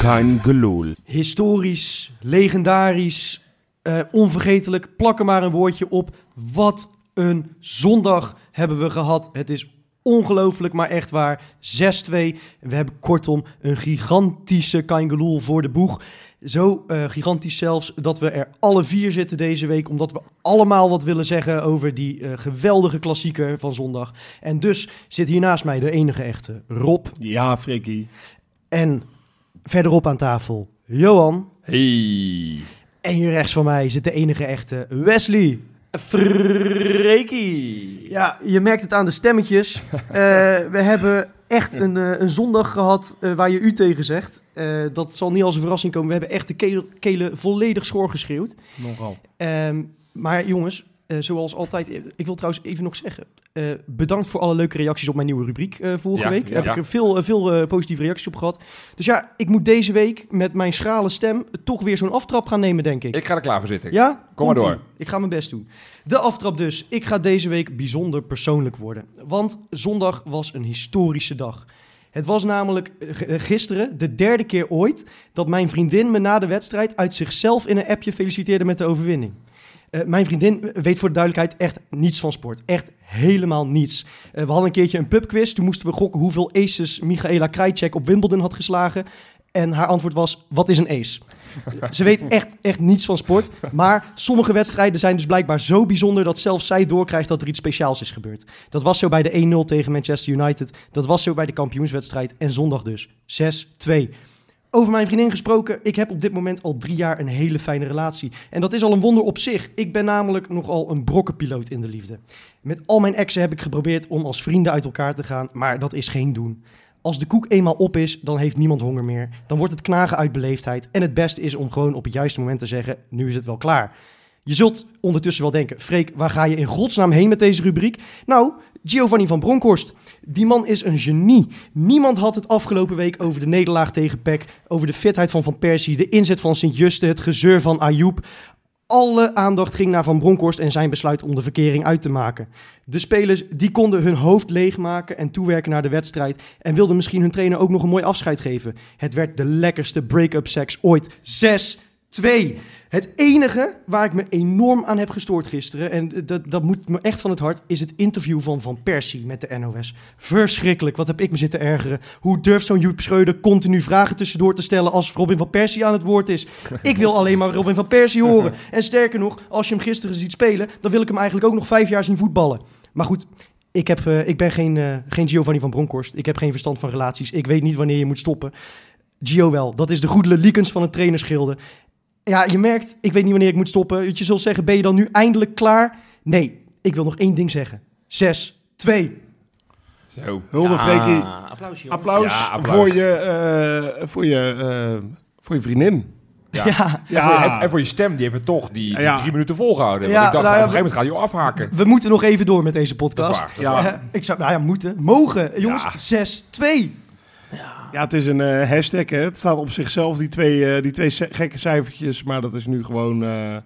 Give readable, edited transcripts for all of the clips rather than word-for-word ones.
Kein gelul. Historisch, legendarisch, onvergetelijk. Plak er maar een woordje op. Wat een zondag hebben we gehad. Het is ongelooflijk, maar echt waar. 6-2. We hebben kortom een gigantische Kein gelul voor de boeg. Zo gigantisch zelfs dat we er alle 4 zitten deze week. Omdat we allemaal wat willen zeggen over die geweldige klassieker van zondag. En dus zit hier naast mij de enige echte Rob. Ja, Frikkie. En verderop aan tafel Johan. Hey. En hier rechts van mij zit de enige echte Wesley. Freekie. Ja, je merkt het aan de stemmetjes. We hebben echt een zondag gehad waar je u tegen zegt. Dat zal niet als een verrassing komen. We hebben echt de kelen volledig schor geschreeuwd. Nogal. Maar jongens, zoals altijd, ik wil trouwens even nog zeggen. Bedankt voor alle leuke reacties op mijn nieuwe rubriek vorige week. Daar heb ik er veel positieve reacties op gehad. Dus ja, ik moet deze week met mijn schrale stem toch weer zo'n aftrap gaan nemen, denk ik. Ik ga er klaar voor zitten. Ja? Kom maar Komt-ie. door. Ik ga mijn best doen. De aftrap dus. Ik ga deze week bijzonder persoonlijk worden. Want zondag was een historische dag. Het was namelijk gisteren de 3e keer ooit dat mijn vriendin me na de wedstrijd uit zichzelf in een appje feliciteerde met de overwinning. Mijn vriendin weet voor de duidelijkheid echt niets van sport. Echt helemaal niets. We hadden een keertje een pubquiz. Toen moesten we gokken hoeveel aces Michaela Krajicek op Wimbledon had geslagen. En haar antwoord was, wat is een ace? Ze weet echt niets van sport. Maar sommige wedstrijden zijn dus blijkbaar zo bijzonder dat zelfs zij doorkrijgt dat er iets speciaals is gebeurd. Dat was zo bij de 1-0 tegen Manchester United. Dat was zo bij de kampioenswedstrijd. En zondag dus 6-2. Over mijn vriendin gesproken, ik heb op dit moment al 3 jaar een hele fijne relatie. En dat is al een wonder op zich. Ik ben namelijk nogal een brokkenpiloot in de liefde. Met al mijn exen heb ik geprobeerd om als vrienden uit elkaar te gaan, maar dat is geen doen. Als de koek eenmaal op is, dan heeft niemand honger meer. Dan wordt het knagen uit beleefdheid. En het beste is om gewoon op het juiste moment te zeggen, nu is het wel klaar. Je zult ondertussen wel denken, Freek, waar ga je in godsnaam heen met deze rubriek? Nou, Giovanni van Bronckhorst. Die man is een genie. Niemand had het afgelopen week over de nederlaag tegen PEC, over de fitheid van Van Persie, de inzet van Sint-Juste, het gezeur van Ayoub. Alle aandacht ging naar Van Bronckhorst en zijn besluit om de verkering uit te maken. De spelers die konden hun hoofd leegmaken en toewerken naar de wedstrijd en wilden misschien hun trainer ook nog een mooi afscheid geven. Het werd de lekkerste break-up seks ooit. 6-2. Het enige waar ik me enorm aan heb gestoord gisteren, en dat moet me echt van het hart, is het interview van Van Persie met de NOS. Verschrikkelijk, wat heb ik me zitten ergeren. Hoe durft zo'n Joep Schreuder continu vragen tussendoor te stellen als Robin van Persie aan het woord is? Ik wil alleen maar Robin van Persie horen. En sterker nog, als je hem gisteren ziet spelen, dan wil ik hem eigenlijk ook nog 5 jaar zien voetballen. Maar goed, ik ben geen Giovanni van Bronckhorst. Ik heb geen verstand van relaties. Ik weet niet wanneer je moet stoppen. Gio wel, dat is de goede Liekens van het trainersgilde. Ja, je merkt, ik weet niet wanneer ik moet stoppen. Je zult zeggen, ben je dan nu eindelijk klaar? Nee, ik wil nog 1 ding zeggen. 6-2. Zo. Hulde, Freekie. Applaus, jongens. Applaus, Ja, applaus. voor je vriendin. Ja. En voor je stem, die heeft toch die 3 minuten volgehouden. Want Ja, ik dacht, nou ja, op een gegeven moment gaat hij afhaken. We moeten nog even door met deze podcast. Dat is waar. Ik zou, moeten. Mogen. Jongens, Ja. 6-2. Ja, het is een hashtag, hè. Het staat op zichzelf, die twee gekke cijfertjes. Maar dat is nu gewoon...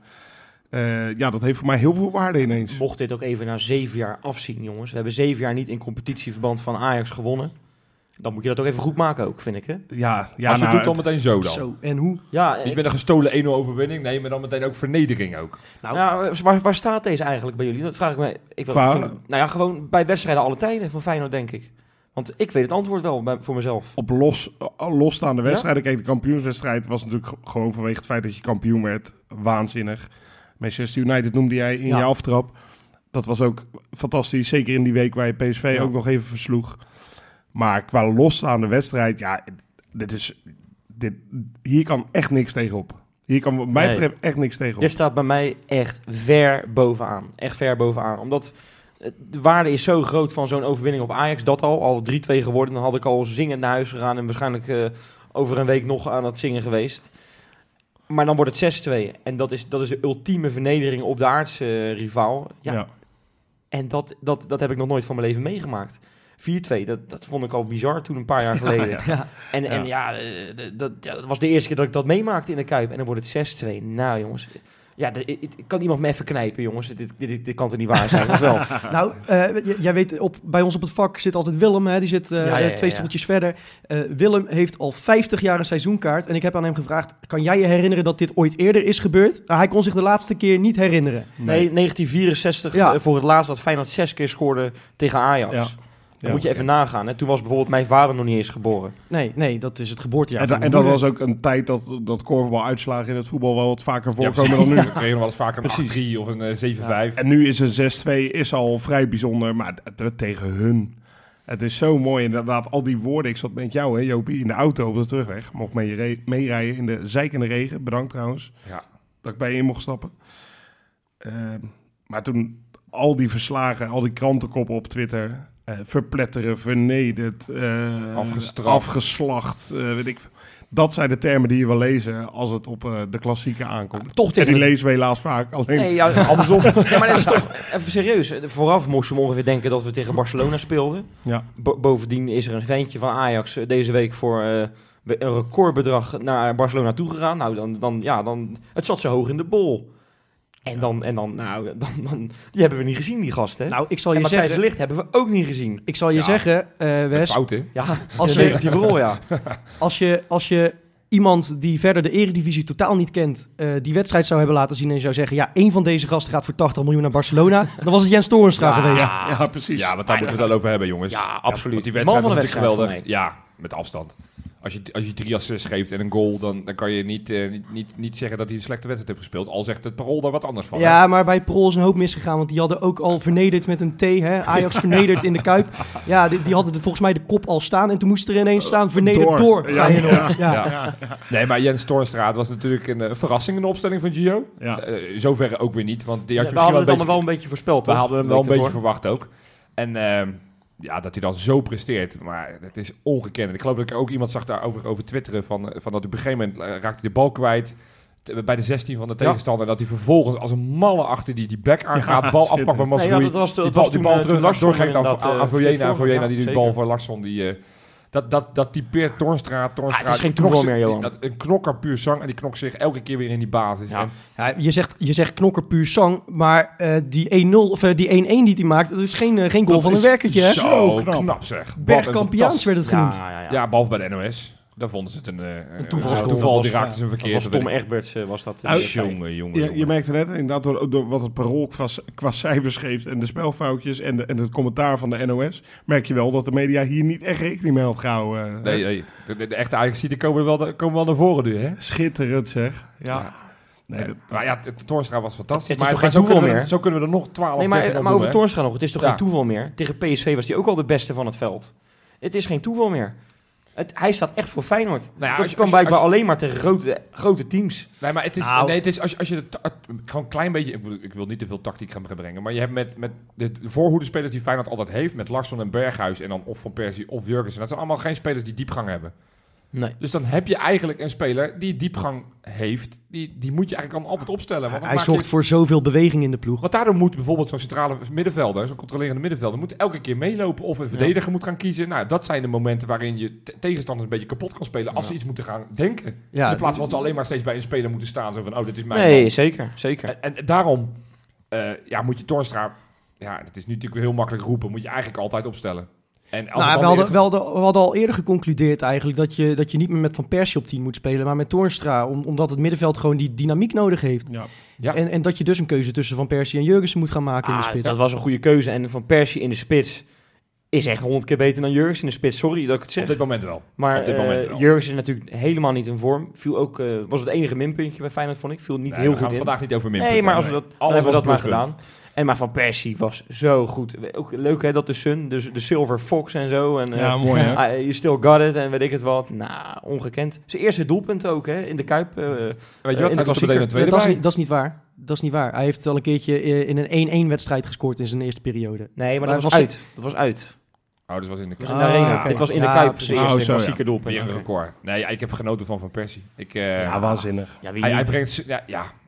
dat heeft voor mij heel veel waarde ineens. Mocht dit ook even na 7 jaar afzien, jongens. We hebben 7 jaar niet in competitieverband van Ajax gewonnen. Dan moet je dat ook even goed maken ook, vind ik, hè? Ja, Als je het doet, dan meteen zo dan. Zo, en hoe? Ja, Niet met een gestolen 1-0 overwinning. Nee, maar dan meteen ook vernedering ook. waar staat deze eigenlijk bij jullie? Dat vraag ik me. Gewoon bij wedstrijden alle tijden van Feyenoord, denk ik. Want ik weet het antwoord wel voor mezelf. Op losstaande wedstrijden. Kijk, de kampioenswedstrijd was natuurlijk gewoon vanwege het feit dat je kampioen werd. Waanzinnig. Manchester United noemde jij in je aftrap. Dat was ook fantastisch. Zeker in die week waar je PSV ook nog even versloeg. Maar qua losstaande wedstrijd, hier kan echt niks tegenop. Hier kan wat mij betreft echt niks tegenop. Dit staat bij mij echt ver bovenaan. Echt ver bovenaan. Omdat de waarde is zo groot van zo'n overwinning op Ajax. Dat al 3-2 geworden. Dan had ik al zingend naar huis gegaan. En waarschijnlijk over een week nog aan het zingen geweest. Maar dan wordt het 6-2. En dat is de ultieme vernedering op de aardse rivaal. Ja. En dat heb ik nog nooit van mijn leven meegemaakt. 4-2, dat vond ik al bizar toen een paar jaar geleden. Dat was de eerste keer dat ik dat meemaakte in de Kuip. En dan wordt het 6-2. Nou jongens, Ja, kan iemand me even knijpen, jongens? Dit kan toch niet waar zijn, of wel? Nou, jij weet, bij ons op het vak zit altijd Willem. Hè? Die zit 2 stoeltjes verder. Willem heeft al 50 jaar een seizoenkaart. En ik heb aan hem gevraagd, kan jij je herinneren dat dit ooit eerder is gebeurd? Nou, hij kon zich de laatste keer niet herinneren. Nee, 1964 voor het laatst dat Feyenoord 6 keer scoorde tegen Ajax. Ja. Dan moet je even nagaan. Hè? Toen was bijvoorbeeld mijn vader nog niet eens geboren. Nee, dat is het geboortejaar. En dat was ook een tijd dat korfbaluitslagen in het voetbal wel wat vaker voorkomen dan nu. Dan kreeg je wel eens vaker een 8-3 of een 7-5. Ja. En nu is een 6-2 is al vrij bijzonder, maar tegen hun. Het is zo mooi inderdaad, al die woorden. Ik zat met jou, hè, Jopie, in de auto op de terugweg. Mocht meerijden in de zeikende regen. Bedankt trouwens dat ik bij je in mocht stappen. Maar toen al die verslagen, al die krantenkoppen op Twitter... verpletteren, vernederd, afgeslacht, weet ik veel. Dat zijn de termen die je wil lezen als het op de klassieke aankomt. Toch tegen en die lezen we helaas vaak. Alleen... Nee, andersom. Ja, maar dat is toch even serieus. Vooraf moest je ongeveer denken dat we tegen Barcelona speelden. Ja. Bovendien is er een ventje van Ajax deze week voor een recordbedrag naar Barcelona toegegaan. Nou, dan het zat zo hoog in de bol. En dan, die hebben we niet gezien, die gasten. Nou, ik zal je zeggen... Matthijs de Ligt hebben we ook niet gezien. Ik zal je zeggen, Wes... Fout, hè? Ja, als je rol, ja. Als je iemand die verder de Eredivisie totaal niet kent... die wedstrijd zou hebben laten zien en je zou zeggen... ja, één van deze gasten gaat voor 80 miljoen naar Barcelona... dan was het Jens Toornstra geweest. Ja, precies. Ja, want daar moeten we het wel over hebben, jongens. Ja, absoluut. Want die wedstrijd was natuurlijk geweldig. Ja, met afstand. Als je 3 assists geeft en een goal, dan kan je niet zeggen dat hij een slechte wedstrijd heeft gespeeld. Al zegt het Parool daar wat anders van. Ja, maar bij Parool is een hoop misgegaan, want die hadden ook al vernederd met een T. Hè? Ajax vernederd in de Kuip. Ja, die hadden volgens mij de kop al staan en toen moest er ineens staan vernederd door. Ja. Nee, maar Jens Toornstra was natuurlijk een verrassing in de opstelling van Gio. Ja. Zover ook weer niet, want die had je we hadden het allemaal wel een beetje voorspeld. We hadden hem wel een beetje verwacht ook. En... dat hij dan zo presteert, maar het is ongekend. Ik geloof dat ik ook iemand zag daarover over twitteren van dat op een gegeven moment raakte hij de bal kwijt bij de 16 van de tegenstander. En dat hij vervolgens als een malle achter die back aangaat, bal afpakt bij Mazraoui. Die bal terug doorgeeft aan Voyena. Voyena die de bal voor Larsson. Dat typeert Toornstra. Het is geen toeval meer, Johan. Een knokker puur zang en die knokt zich elke keer weer in die basis. Ja. Je zegt knokker puur zang, maar die 1-0 of die 1-1 die hij maakt, dat is geen goal van een werkertje. Hè? Zo knap zeg. Bergkampiaans werd het genoemd. Ja, behalve bij de NOS. Daar vonden ze het een toeval. Die raakte zijn verkeerd. Tom Egberts was dat. Jongen. Je merkte net inderdaad door wat het Parool qua cijfers geeft en de spelfoutjes en het commentaar van de NOS, merk je wel dat de media hier niet echt rekening mee had gehouden. Nee. De echte Ajax-zieden komen wel naar voren nu, hè? Schitterend zeg. Ja. Nee, Toornstra was fantastisch. Het is toch geen toeval meer? Zo kunnen we er nog 12 Nee, maar over Toornstra nog. Het is toch geen toeval meer? Tegen PSV was hij ook al de beste van het veld. Het is geen toeval meer. Hij staat echt voor Feyenoord. Dat kan blijkbaar alleen maar tegen grote teams. Nee, maar het is als je gewoon een klein beetje... Ik wil niet te veel tactiek gaan brengen. Maar je hebt met de voorhoedespelers die Feyenoord altijd heeft... met Larsson en Berghuis en dan of Van Persie of Jurgensen. Dat zijn allemaal geen spelers die diepgang hebben. Nee. Dus dan heb je eigenlijk een speler die diepgang heeft. Die moet je eigenlijk dan altijd opstellen. Want hij zorgt voor zoveel beweging in de ploeg. Want daardoor moet bijvoorbeeld zo'n centrale middenvelder, zo'n controlerende middenvelder, moet elke keer meelopen of een verdediger moet gaan kiezen. Nou, dat zijn de momenten waarin je tegenstanders een beetje kapot kan spelen als ze iets moeten gaan denken. Ja, in plaats van ze alleen maar steeds bij een speler moeten staan. Zo van, dit is mijn man. Zeker. En daarom moet je Toornstra, dat is nu natuurlijk heel makkelijk roepen, moet je eigenlijk altijd opstellen. En als we hadden al eerder geconcludeerd eigenlijk dat je niet meer met Van Persie op 10 moet spelen, maar met Toornstra, omdat het middenveld gewoon die dynamiek nodig heeft. Ja. En dat je dus een keuze tussen Van Persie en Jurgensen moet gaan maken in de spits. Dat was een goede keuze. En Van Persie in de spits is echt 100 keer beter dan Jurgensen in de spits. Sorry dat ik het zeg. Op dit moment wel. Maar Jurgensen is natuurlijk helemaal niet in vorm. Viel ook, was het enige minpuntje bij Feyenoord, vond ik. Viel niet heel goed in. We gaan vandaag niet over minpunten. Nee, maar als we dat, hebben we dat maar gedaan. Maar Van Persie was zo goed. Ook leuk hè, dat de Sun, de Silver Fox en zo. En, mooi hè. You still got it en weet ik het wat. Nou, ongekend. Zijn eerste doelpunt ook hè, in de Kuip. Weet je wat, dat is niet waar. Dat is niet waar. Hij heeft al een keertje in een 1-1 wedstrijd gescoord in zijn eerste periode. Nee, maar dat was uit. Dat was uit. Dus was in de Kuip. In de arena. Dit was in de Kuip. Zijn eerste klassieke doelpunt. Weer een record. Nee, ik heb genoten van Persie. waanzinnig. Hij brengt...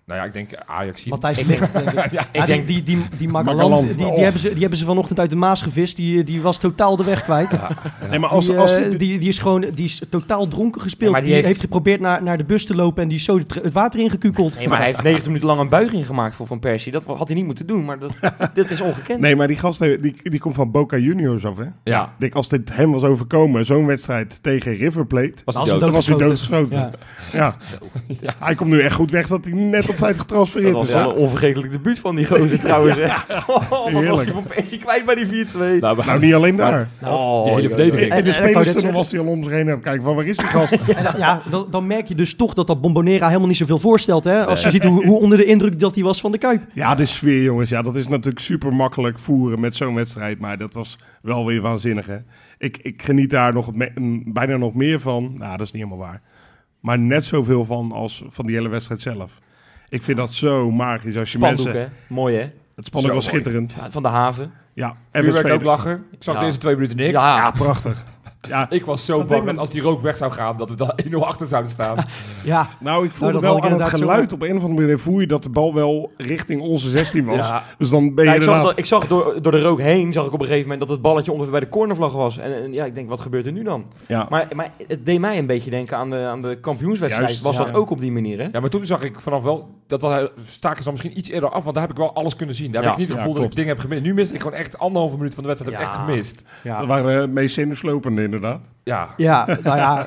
Nou ja, ik denk Ajax. Matthijs de Ligt, denk ik. Ja, Die Magalan, die hebben ze vanochtend uit de Maas gevist. Die was totaal de weg kwijt. Nee, maar Die is totaal dronken gespeeld. Ja, maar die heeft geprobeerd naar de bus te lopen en die is zo het water ingekukeld. Nee, maar hij heeft 90 minuten lang een buiging gemaakt voor Van Persie. Dat had hij niet moeten doen, maar dit is ongekend. Nee, maar die gast die komt van Boca Juniors af, hè? Ja. Ik denk, als dit hem was overkomen, zo'n wedstrijd tegen River Plate, dan was hij doodgeschoten. Ja. Ja. Hij komt nu echt goed weg dat hij net op tijd getransfereerd Dat was is. wel een onvergetelijk debuut van die gozer trouwens. Hè. Wat was Heerlijk. je Van Persie kwijt bij die 4-2? Nou, niet alleen daar. Die hele verdediging. In de ik wou spelerstunnel net was hij al om zich heen. Kijken van, waar is die gast? En dan merk je dus toch dat Bombonera helemaal niet zoveel voorstelt. Hè? Als je ziet hoe onder de indruk dat hij was van de Kuip. Ja, de sfeer, jongens. Ja, dat is natuurlijk super makkelijk voeren met zo'n wedstrijd. Maar dat was wel weer waanzinnig, hè. Ik geniet daar bijna nog meer van. Nou, dat is niet helemaal waar. Maar net zoveel van als van die hele wedstrijd zelf. Ik vind dat zo magisch. Als je Spandoek, mensen... hè? Mooi, hè? Het spandoek was Zo mooi. schitterend. Ja, van de haven. Ja, Vuurwerk ook Veen. lachen. Ik zag Ja. deze 2 minuten niks. Ja. Ja, prachtig. Ja, Ik was zo Dat bang ding dat met- als die rook weg zou gaan, dat we dan 1-0 achter zouden staan. Ja, nou, ik voelde dat wel had ik aan het inderdaad zo geluid op een of andere manier. Voel je dat de bal wel richting onze 16 was. Ja. Dus dan ben je Ja, inderdaad... ik zag door de rook heen, zag ik op een gegeven moment dat het balletje ongeveer bij de cornervlag was. En ja, ik denk, wat gebeurt er nu dan? Ja. Maar het deed mij een beetje denken aan de kampioenswedstrijd. Juist, was ja. dat ook op die manier, hè? Ja, maar toen zag ik vanaf wel, staken ze dan misschien iets eerder af, want daar heb ik wel alles kunnen zien. Daar heb Ja. ik niet het gevoel Ja, dat ik klopt. dingen heb gemist. Nu miste ik gewoon echt 1,5 minuut van de wedstrijd, heb ik Ja. echt gemist. ja. Dat waren de meest zenuwslopende, inderdaad. Ja. Ja, nou ja,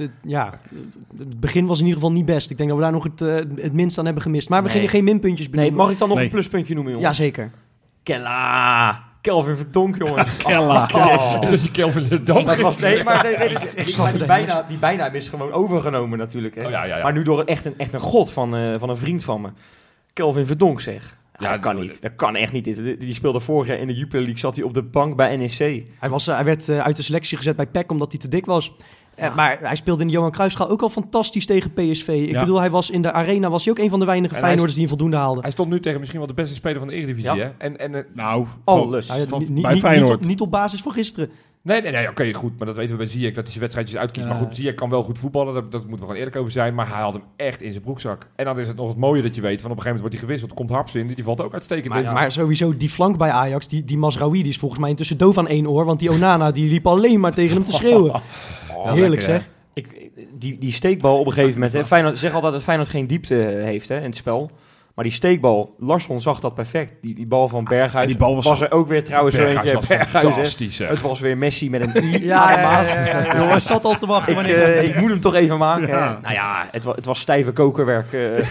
het begin was in ieder geval niet best. Ik denk dat we daar nog het minst aan hebben gemist. Maar we Nee. gingen geen minpuntjes Nee, benoemen. mag ik dan nog Nee. een pluspuntje noemen, jongens? Jazeker. Kella! Kelvin Verdonk, jongens. Kella. Oh. Dus die Kelvin de Dam. Dat was, nee, maar snapte die bijnaam is gewoon overgenomen natuurlijk. Hè? Oh, ja. Maar nu door echt een god van een vriend van me. Kelvin Verdonk, zeg. Ja, Ja, dat kan niet. Dat kan echt niet. Die speelde vorig jaar in de Jupiler League, zat hij op de bank bij NEC. Hij werd uit de selectie gezet bij PEC omdat hij te dik was. Ja. Maar hij speelde in de Johan Cruijffschaal ook al fantastisch tegen PSV. Ik Ja. bedoel, hij was in de arena was hij ook een van de weinige En Feyenoorders die een voldoende haalde. Hij stond nu tegen misschien wel de beste speler van de Eredivisie, Ja. hè? En Nou, Alles. Nou ja, van- niet- bij niet- Feyenoord. niet op basis van gisteren. Nee, oké, goed. Maar dat weten we bij Ziyech, dat hij zijn wedstrijdjes uitkiest. Ja. Maar goed, Ziyech kan wel goed voetballen. Dat moeten we gewoon eerlijk over zijn. Maar hij had hem echt in zijn broekzak. En dan is het nog het mooie dat je weet, van op een gegeven moment wordt hij gewisseld. Komt Harps in, die valt ook uitstekend in. Maar sowieso die flank bij Ajax, die Mazraoui, die is volgens mij intussen doof aan één oor. Want die Onana, die liep alleen maar tegen hem te schreeuwen. Oh, Heerlijk lekker, hè? zeg. Die steekbal op een gegeven moment. Hè, Feyenoord zegt altijd dat Feyenoord geen diepte heeft, hè, in het spel. Maar die steekbal, Larsson zag dat perfect. Die bal van Berghuis. die bal was er ook weer trouwens zo Berghuis eentje. was Berghuis, hè. fantastisch, hè? Het was weer Messi met een I. Ja. Jongens, zat al te wachten. Ik moet hem toch even maken. Ja. Nou ja, het was stijve kokerwerk.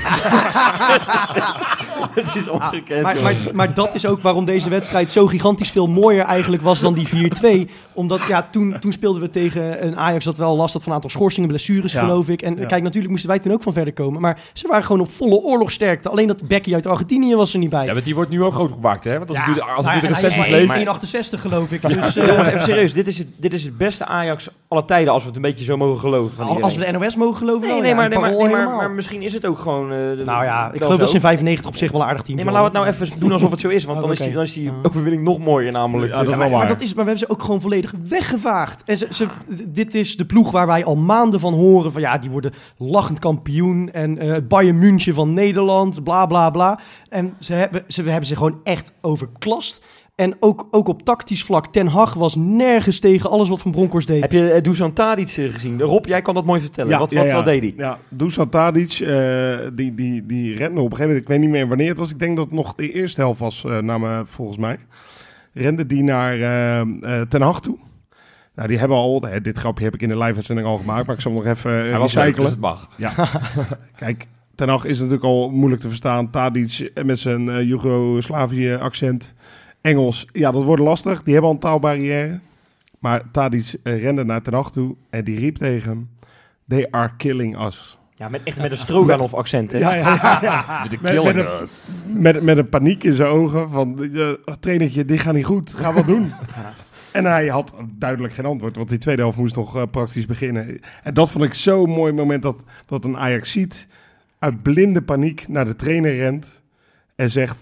Het is ongekend. Maar dat is ook waarom deze wedstrijd zo gigantisch veel mooier eigenlijk was dan die 4-2. Omdat ja, toen speelden we tegen een Ajax dat wel last had van een aantal schorsingen, blessures Ja. geloof ik. En Ja. kijk, natuurlijk moesten wij toen ook van verder komen. Maar ze waren gewoon op volle oorlogsterkte. Alleen dat Becky uit Argentinië was er niet bij. Ja, want die wordt nu ook groot gemaakt, hè? Want als het nu de Nou ja, en hij is recensies maar leest... 1,68 geloof ik. Dus Jongens, even serieus. Dit is het beste Ajax aller tijden als we het een beetje zo mogen geloven van iedereen. als we de NOS mogen geloven. wel, ja, en Parool helemaal. maar misschien is het ook gewoon... Nou ja, ik wel geloof dat zo. ze in 95 op zich wel een aardig team Nee, maar laten we het nou even doen alsof het zo is. Want Oh, dan, is oké. die, dan is die overwinning nog mooier namelijk. Ja, dat is Ja, wel maar waar. maar we hebben ze ook gewoon volledig weggevaagd. En dit is de ploeg waar wij al maanden van horen van ja, die worden lachend kampioen en Bayern München van Nederland, bla bla bla. En we hebben ze gewoon echt overklast. En ook op tactisch vlak, Ten Hag was nergens tegen alles wat Van Bronckhorst deed. Heb je Dusan Tadic gezien? Rob, jij kan dat mooi vertellen. Wat deed hij? Ja, Dusan Tadic, die rende op een gegeven moment, ik weet niet meer wanneer het was. Ik denk dat het nog de eerste helft was, volgens mij. Rende die naar Ten Hag toe. Nou, die hebben al, dit grapje heb ik in de live-uitzending al gemaakt, maar ik zal hem nog even Hij was leuk, recyclen. dus het mag. Ja, kijk, Ten Hag is natuurlijk al moeilijk te verstaan. Tadic met zijn Joegoslavië accent. Engels, ja, dat wordt lastig. Die hebben al een taalbarrière. Maar Tadic rende naar Ten Hag toe en die riep tegen hem: "They are killing us." Ja, echt met een Stroganov accent. Hè? Ja. De Met- killing met us. Met een paniek in zijn ogen van, trainertje, dit gaat niet goed. Ga wat doen. En hij had duidelijk geen antwoord, want die tweede helft moest nog praktisch beginnen. En dat vond ik zo'n mooi moment dat een Ajaxiet uit blinde paniek naar de trainer rent en zegt: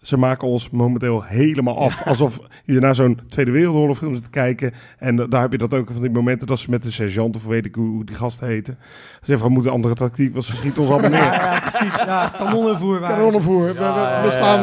Ze maken ons momenteel helemaal af. Alsof je naar zo'n Tweede Wereldoorlog film zit te kijken. En daar heb je dat ook van die momenten dat ze met de sergeant, of weet ik hoe die gasten heten. Ze zeggen van, we moeten een andere tactiek, want ze schieten ons allemaal neer. Ja, precies. Ja, kanonnenvoer. Kanonnenvoer. We staan...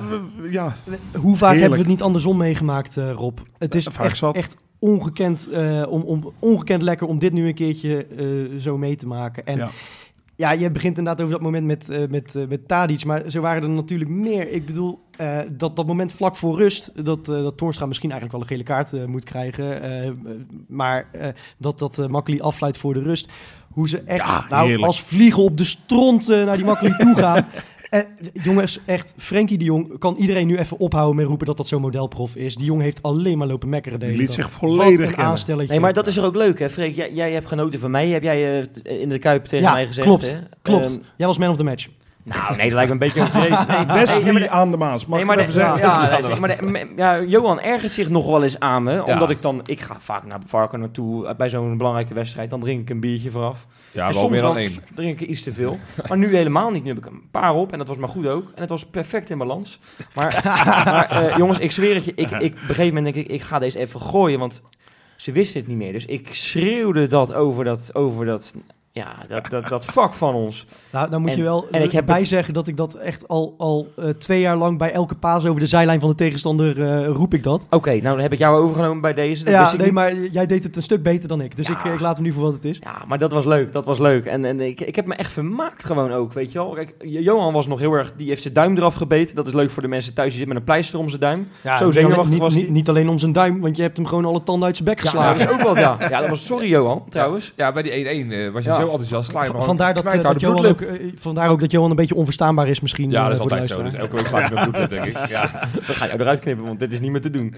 Hoe vaak hebben we het niet andersom meegemaakt, Rob? Het is echt ongekend, ongekend lekker om dit nu een keertje zo mee te maken. En ja, je begint inderdaad over dat moment met Tadic, maar zo waren er natuurlijk meer. Ik bedoel, dat moment vlak voor rust, dat Toornstra misschien eigenlijk wel een gele kaart moet krijgen, maar dat Makkeli affluit voor de rust. Hoe ze echt als vliegen op de stront naar die Makkeli toe gaan. Jongens, echt, Frenkie de Jong kan iedereen nu even ophouden met roepen dat zo'n modelprof is. Die jongen heeft alleen maar lopen mekkeren. Die liet zich volledig aanstelletje. Nee, maar dat is er ook leuk, hè, Freek? Jij hebt genoten van mij. Heb jij in de Kuip tegen mij gezegd? Klopt. Jij was man of the match. Nou, nee, dat lijkt me een beetje overdreven. Wesley aan de Maas. Mag ik even zeggen? Johan ergert zich nog wel eens aan me. Omdat ik ga vaak naar Varken naartoe bij zo'n belangrijke wedstrijd. Dan drink ik een biertje vooraf. Ja, wel meer dan 1. Drink ik iets te veel. Maar nu helemaal niet. Nu heb ik een paar op en dat was maar goed ook. En het was perfect in balans. Maar jongens, ik zweer het je. Op een gegeven moment denk ik ga deze even gooien. Want ze wisten het niet meer. Dus ik schreeuwde dat over dat vak van ons. Nou, dan moet je wel zeggen dat ik dat echt al 2 jaar lang bij elke paas over de zijlijn van de tegenstander roep ik dat. Oké, nou dan heb ik jou overgenomen bij deze. Maar jij deed het een stuk beter dan ik. Dus ik laat hem nu voor wat het is. Ja, maar dat was leuk. En ik heb me echt vermaakt gewoon ook, weet je wel. Kijk, Johan was nog heel erg, die heeft zijn duim eraf gebeten. Dat is leuk voor de mensen thuis, die zit met een pleister om zijn duim. Ja, zo zenuwachtig was hij. Niet alleen om zijn duim, want je hebt hem gewoon alle tanden uit zijn bek geslagen. Ja, dat is ook wel, ja, dat was, sorry Johan, trouwens. Ja, bij die 1-1 was je zo enthousiast. Vandaar ook dat Johan een beetje onverstaanbaar is misschien. Ja, dat is altijd zo. Dus elke week sla ik mijn bloed, denk ik. Ja. Dan ga je eruit knippen, want dit is niet meer te doen.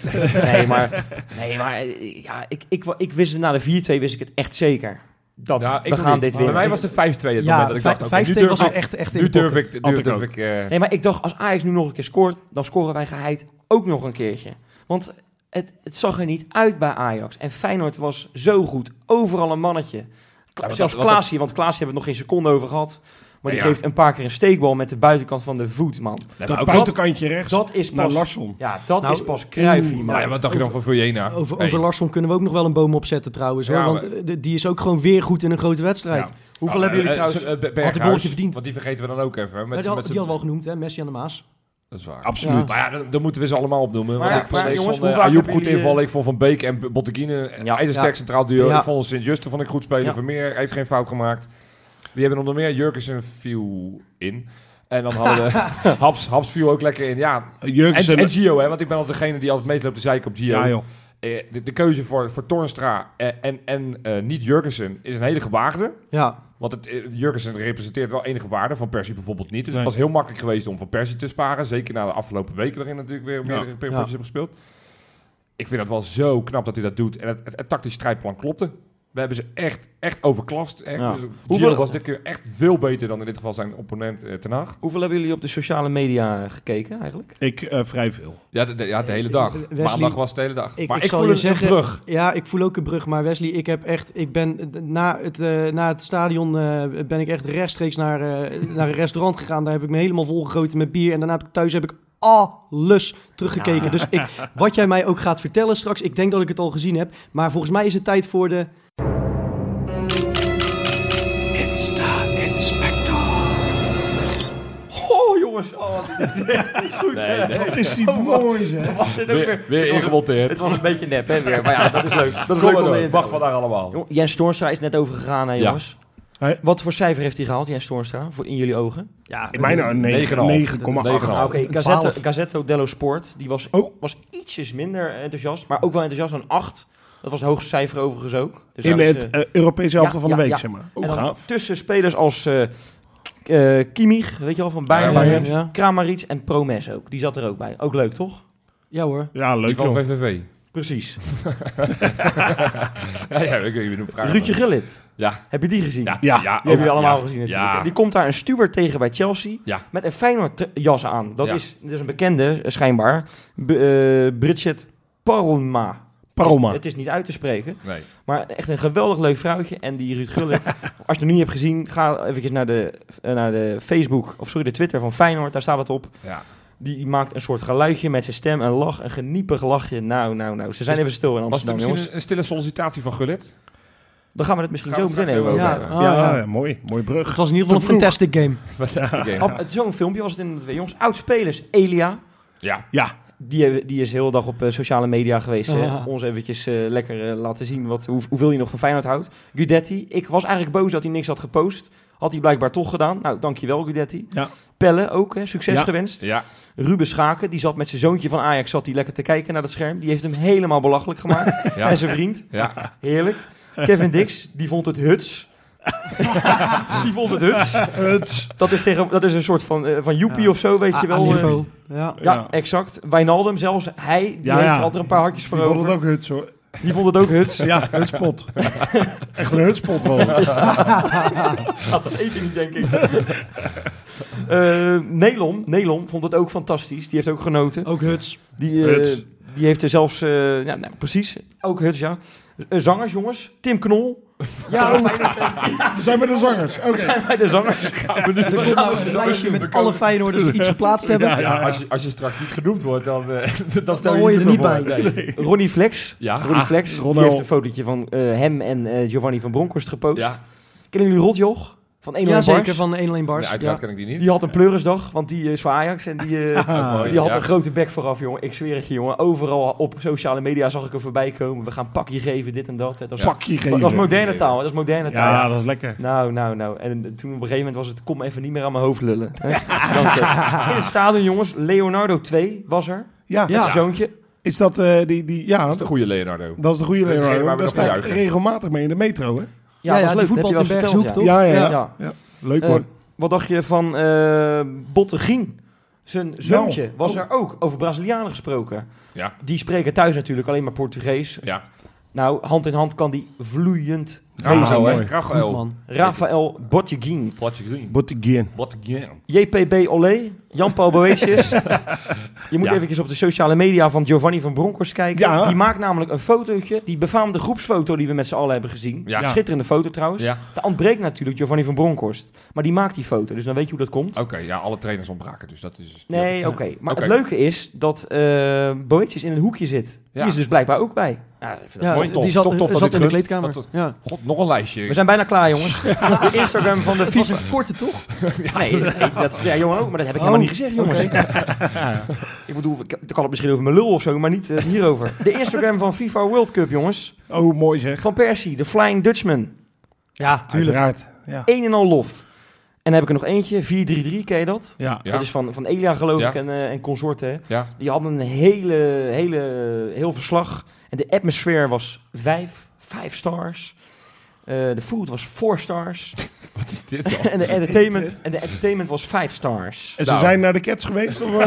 Ik wist na de 4-2 wist ik het echt zeker. We gaan dit winnen. Bij mij was de 5-2 het moment dat ik dacht... 5-2 was echt in nu durf ik... Nee, maar ik dacht, als Ajax nu nog een keer scoort, dan scoren wij geheid ook nog een keertje. Want het zag er niet uit bij Ajax. En Feyenoord was zo goed. Overal een mannetje. Zelfs Klaasie, want Klaasie hebben we het nog geen seconde over gehad. Maar die geeft een paar keer een steekbal met de buitenkant van de voet, man. Dat buitenkantje rechts dat is pas, Larsson. Ja, dat is pas Cruyffie, man. Ja, wat dacht je dan van Vujena? Over Larsson kunnen we ook nog wel een boom opzetten trouwens. Ja, hoor, want die is ook gewoon weer goed in een grote wedstrijd. Ja. Hoeveel hebben jullie trouwens? Had een goaltje verdiend. Want die vergeten we dan ook even. Die hadden we al genoemd, hè? Messi aan de Maas. Dat is waar. Absoluut. Maar ja, dan moeten we ze allemaal opnoemen. Maar, want ik vond Ayoub goed invallen. Ik vond Van Beek en Botteguine ijzersterk centraal duo. Ik vond Sint-Juste vond ik goed spelen. Vermeer heeft geen fout gemaakt. Die hebben nog meer. Jurgensen viel in. En dan hadden we Haps viel ook lekker in. Ja. En Gio, hè, want ik ben altijd degene die altijd meeloopt te zeiken op Gio. Ja, joh. De keuze voor Toornstra en niet Jurgensen is een hele gewaagde. Ja. Want Jurgensen representeert wel enige waarde, Van Persie bijvoorbeeld niet. Dus het was heel makkelijk geweest om Van Persie te sparen. Zeker na de afgelopen weken waarin natuurlijk weer meerdere periodjes hebben gespeeld. Ik vind dat wel zo knap dat hij dat doet. En het tactisch strijdplan klopte. We hebben ze echt overklast. Gio was dit keer echt veel beter dan in dit geval zijn opponent Ten Hag. Hoeveel hebben jullie op de sociale media gekeken eigenlijk? Ik vrij veel. Ja, de hele dag. Wesley, maandag was de hele dag. Maar ik voel een brug. Ja, ik voel ook een brug. Maar Wesley, ik ben na het stadion ben ik echt rechtstreeks naar een restaurant gegaan. Daar heb ik me helemaal volgegoten met bier. En daarna heb ik alles teruggekeken. Ja. Dus wat jij mij ook gaat vertellen straks, ik denk dat ik het al gezien heb. Maar volgens mij is het tijd voor de... Jongens, dit is echt goed. Nee. Wat is die mooi, zeg. Was dit ook weer ingemonteerd. Het was een beetje nep, hè, weer. Maar ja, dat is leuk. Dat is leuk om in te wacht vandaag allemaal. Jens Toornstra is net overgegaan, hè, jongens. Hey. Wat voor cijfer heeft hij gehaald, Jens Toornstra, in jullie ogen? Ja, in mijn 9,8. Oké, Gazzetto dello Sport, die was ietsjes minder enthousiast, maar ook wel enthousiast, een 8. Dat was het hoogste cijfer overigens ook. Dus in het Europese elftal van de week, zeg maar. En dan tussen spelers als... Kimmich, weet je wel, van Bayern, Kramaric en Promes ook. Die zat er ook bij. Ook leuk, toch? Ja hoor. Ja, leuk. Die van VVV. Precies. Ik weet niet hoe vragen. Ruudje Gullit. Ja. Heb je die gezien? Ja. Die hebben jullie allemaal gezien natuurlijk. Ja. Die komt daar een steward tegen bij Chelsea met een Feyenoord jas aan. Dat is een bekende, schijnbaar. Bridget Paroma. Het is niet uit te spreken. Nee. Maar echt een geweldig leuk vrouwtje. En die Ruud Gullit, als je het nog niet hebt gezien, ga eventjes naar de Facebook, de Twitter van Feyenoord. Daar staat het op. Ja. Die maakt een soort geluidje met zijn stem, een lach, een geniepig lachje. Nou. Ze zijn even stil in Was het Amsterdam, misschien jongens. een stille sollicitatie van Gullit? Dan gaan we het misschien Gaan we zo meteen straks even even over over hebben. hebben. Mooi. Mooi brug. Het was in ieder geval een fantastic game. Zo'n filmpje was het in het jongens. Oud-spelers, Elia. Ja. Ja. Die is de hele dag op sociale media geweest. Hè? Ah. Ons eventjes lekker laten zien hoeveel hij nog van Feyenoord houdt. Gudetti, ik was eigenlijk boos dat hij niks had gepost. Had hij blijkbaar toch gedaan. Nou, dankjewel Gudetti. Ja. Pelle ook, hè? Succes Ja. gewenst. Ja. Ruben Schaken, die zat met zijn zoontje van Ajax zat die lekker te kijken naar dat scherm. Die heeft hem helemaal belachelijk gemaakt. Ja. En zijn vriend. Ja. Heerlijk. Kevin Dix, die vond het huts. Die vond het huts. Dat is een soort van joepie of zo, weet je wel. niveau. Ja. Ja, exact. Wijnaldum zelfs, hij die heeft er altijd een paar hartjes voor Die vond over. het ook huts hoor. Die vond het ook huts. Ja, hutspot. Echt een hutspot gewoon. Dat eet hij niet, denk ik. Nelom vond het ook fantastisch. Die heeft ook genoten. Ook huts. Huts. Die heeft er zelfs... precies. Ook huts, ja. Zangers, jongens. Tim Knol. Ja, We zijn bij de zangers. Oké. zijn wij de zangers. Er komt nou een lijstje met alle Feyenoorders die iets geplaatst hebben. Ja. Als je straks niet genoemd wordt, dan stel Dan hoor je er niet zoveel bij. voor. Nee. Ronnie Flex. Ja. Ronnie Flex. Die Ronald. heeft een fotootje van hem en Giovanni van Bronckhorst gepost. Ja. Kennen jullie Rotjoch? Van 1 Ja, zeker. Bars? Van 1-1 Nee, Bars. uiteraard Ja. ken ik die niet. Die had een pleurisdag, want die is voor Ajax. En die had Ja. een grote bek vooraf, jongen. Ik zweer het je, jongen. Overal op sociale media zag ik er voorbij komen. We gaan pakje geven, dit en dat. Dat is, Pakje geven. dat is moderne taal, hè. Dat is moderne taal. Ja, dat is lekker. Nou. En toen op een gegeven moment was het... Kom even niet meer aan mijn hoofd lullen. Hè. Dank je. In het stadion, jongens. Leonardo 2 was er. Ja. Met zijn zoontje. Is dat die... Ja, Dat is de goede Leonardo. dat is de goede Dat is degene waar Leonardo. we Daar nog sta ik juichen. regelmatig mee in de metro, hè? Ja, dat is die leuk. voetbal Dat in heb je wel Bergshoek, verteld, toch? Ja. Ja. Leuk hoor. Wat dacht je van Bottegien? Zijn zoontje was er ook. Over Brazilianen gesproken. Ja. Die spreken thuis natuurlijk alleen maar Portugees. Ja. Nou, hand in hand kan die vloeiend Rafael, meezingen. hè? mooi. Goed, Rafael. man. Rafael Bottegien. Platje gezien. Bottigien. Bottigien. JPB Olé, Jan-Paul Boetius. Je moet Ja. eventjes op de sociale media van Giovanni van Bronckhorst kijken. Ja. Die maakt namelijk een fotootje. Die befaamde groepsfoto die we met z'n allen hebben gezien. Ja. Schitterende foto trouwens. Ja. Daar ontbreekt natuurlijk Giovanni van Bronckhorst. Maar die maakt die foto, dus dan weet je hoe dat komt. Oké, ja, alle trainers ontbraken, dus dat is... Nee, oké. Maar Oké. het leuke is dat Boetius in een hoekje zit. Die Ja. is dus blijkbaar ook bij. Ja, ik vind dat Ja, mooi, tof. die zat, Tof dat zat dit in de gunt. kleedkamer. Dat- Ja. God, nog een lijstje. We zijn bijna klaar, jongens. De Instagram van de Het was FIFA... een korte, toch? Ja, jongen ook, maar dat heb ik helemaal niet gezegd, jongens. Ik bedoel, ik kan het misschien over mijn lul of zo, maar niet hierover. De Instagram van FIFA World Cup, jongens. Oh, mooi zeg. Van Persie, de Flying Dutchman. Ja, tuurlijk. Uiteraard. Ja. Een en al lof. En dan heb ik er nog eentje, 4-3-3, ken je dat? Ja. Ja. Dat is van Elia, geloof Ja. ik, en consorten. Hè? Ja. Die hadden een heel verslag. En de atmosfeer was 5 stars. De food was 4 stars. Wat is dit dan? en de entertainment was 5 stars. En ze Nou. zijn naar de Cats geweest? Of,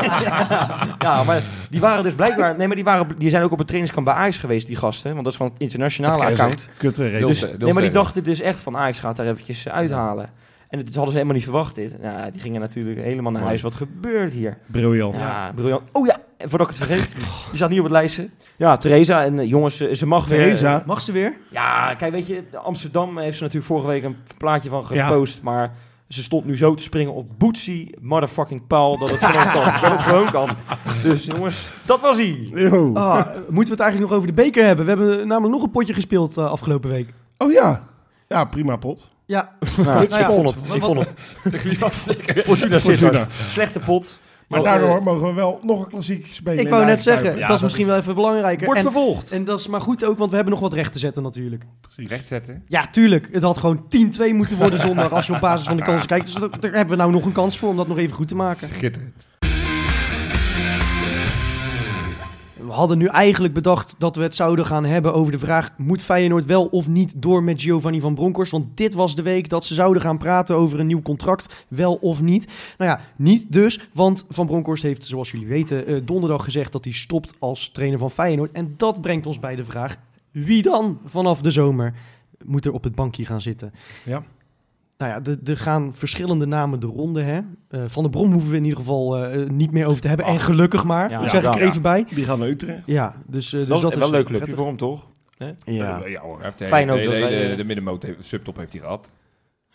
Ja, maar die waren dus blijkbaar... Nee, maar die zijn ook op het trainingskamp bij Ajax geweest, die gasten. Want dat is van het internationale account. Kutte Heel reden. sterk, heel Nee, maar die sterk. dachten dus echt van Ajax gaat daar eventjes uithalen. En dat hadden ze helemaal niet verwacht dit. Ja, die gingen natuurlijk helemaal naar huis. Wat gebeurt hier? Briljant. Ja, briljant. Oh ja, en voordat ik het vergeet. Die staat niet op het lijstje. Ja, Theresa. En jongens, ze mag weer... Theresa. Mag ze weer? Ja, kijk, weet je, Amsterdam heeft ze natuurlijk vorige week een plaatje van gepost, maar ze stond nu zo te springen op Bootsy motherfucking Paul dat het gewoon kan. Dat het gewoon kan. Dus jongens, dat was hij. Yo. Ah, moeten we het eigenlijk nog over de beker hebben? We hebben namelijk nog een potje gespeeld afgelopen week. Oh ja. Ja, prima pot. Ja, Nou, ja, ik vond het. wat- Ik vond het. Wie was het? Fortuna Fortuna. Sittard. Slechte pot. Maar Want, daardoor mogen we wel nog een klassiek spelen. ik wou in net de zeggen, Kuip. Ja, dat is dat misschien wel even belangrijker. wordt En, vervolgd. en dat is maar goed ook, want we hebben nog wat recht te zetten natuurlijk. Precies. Rechtzetten. Ja, tuurlijk. Het had gewoon 10-2 moeten worden zondag als je op basis van de kansen kijkt. Dus daar hebben we nou nog een kans voor om dat nog even goed te maken. Schitterend. We hadden nu eigenlijk bedacht dat we het zouden gaan hebben over de vraag: moet Feyenoord wel of niet door met Giovanni van Bronckhorst? Want dit was de week dat ze zouden gaan praten over een nieuw contract, wel of niet. Nou ja, niet dus, want Van Bronckhorst heeft, zoals jullie weten, donderdag gezegd dat hij stopt als trainer van Feyenoord. En dat brengt ons bij de vraag: wie dan vanaf de zomer moet er op het bankje gaan zitten? Ja. Nou ja, er gaan verschillende namen de ronde. Hè? Van der Brom hoeven we in ieder geval niet meer over te hebben. En gelukkig maar, Ja, dat zeg ik er ja. even bij. Die gaan naar Utrecht. Ja, dus dat dat is is wel een leuk clubje prettig. voor hem, toch? Ja. Ja hoor. Hij heeft Fijn ook de, dat de, wij, de, de middenmoot, subtop heeft hij gehad. Ja.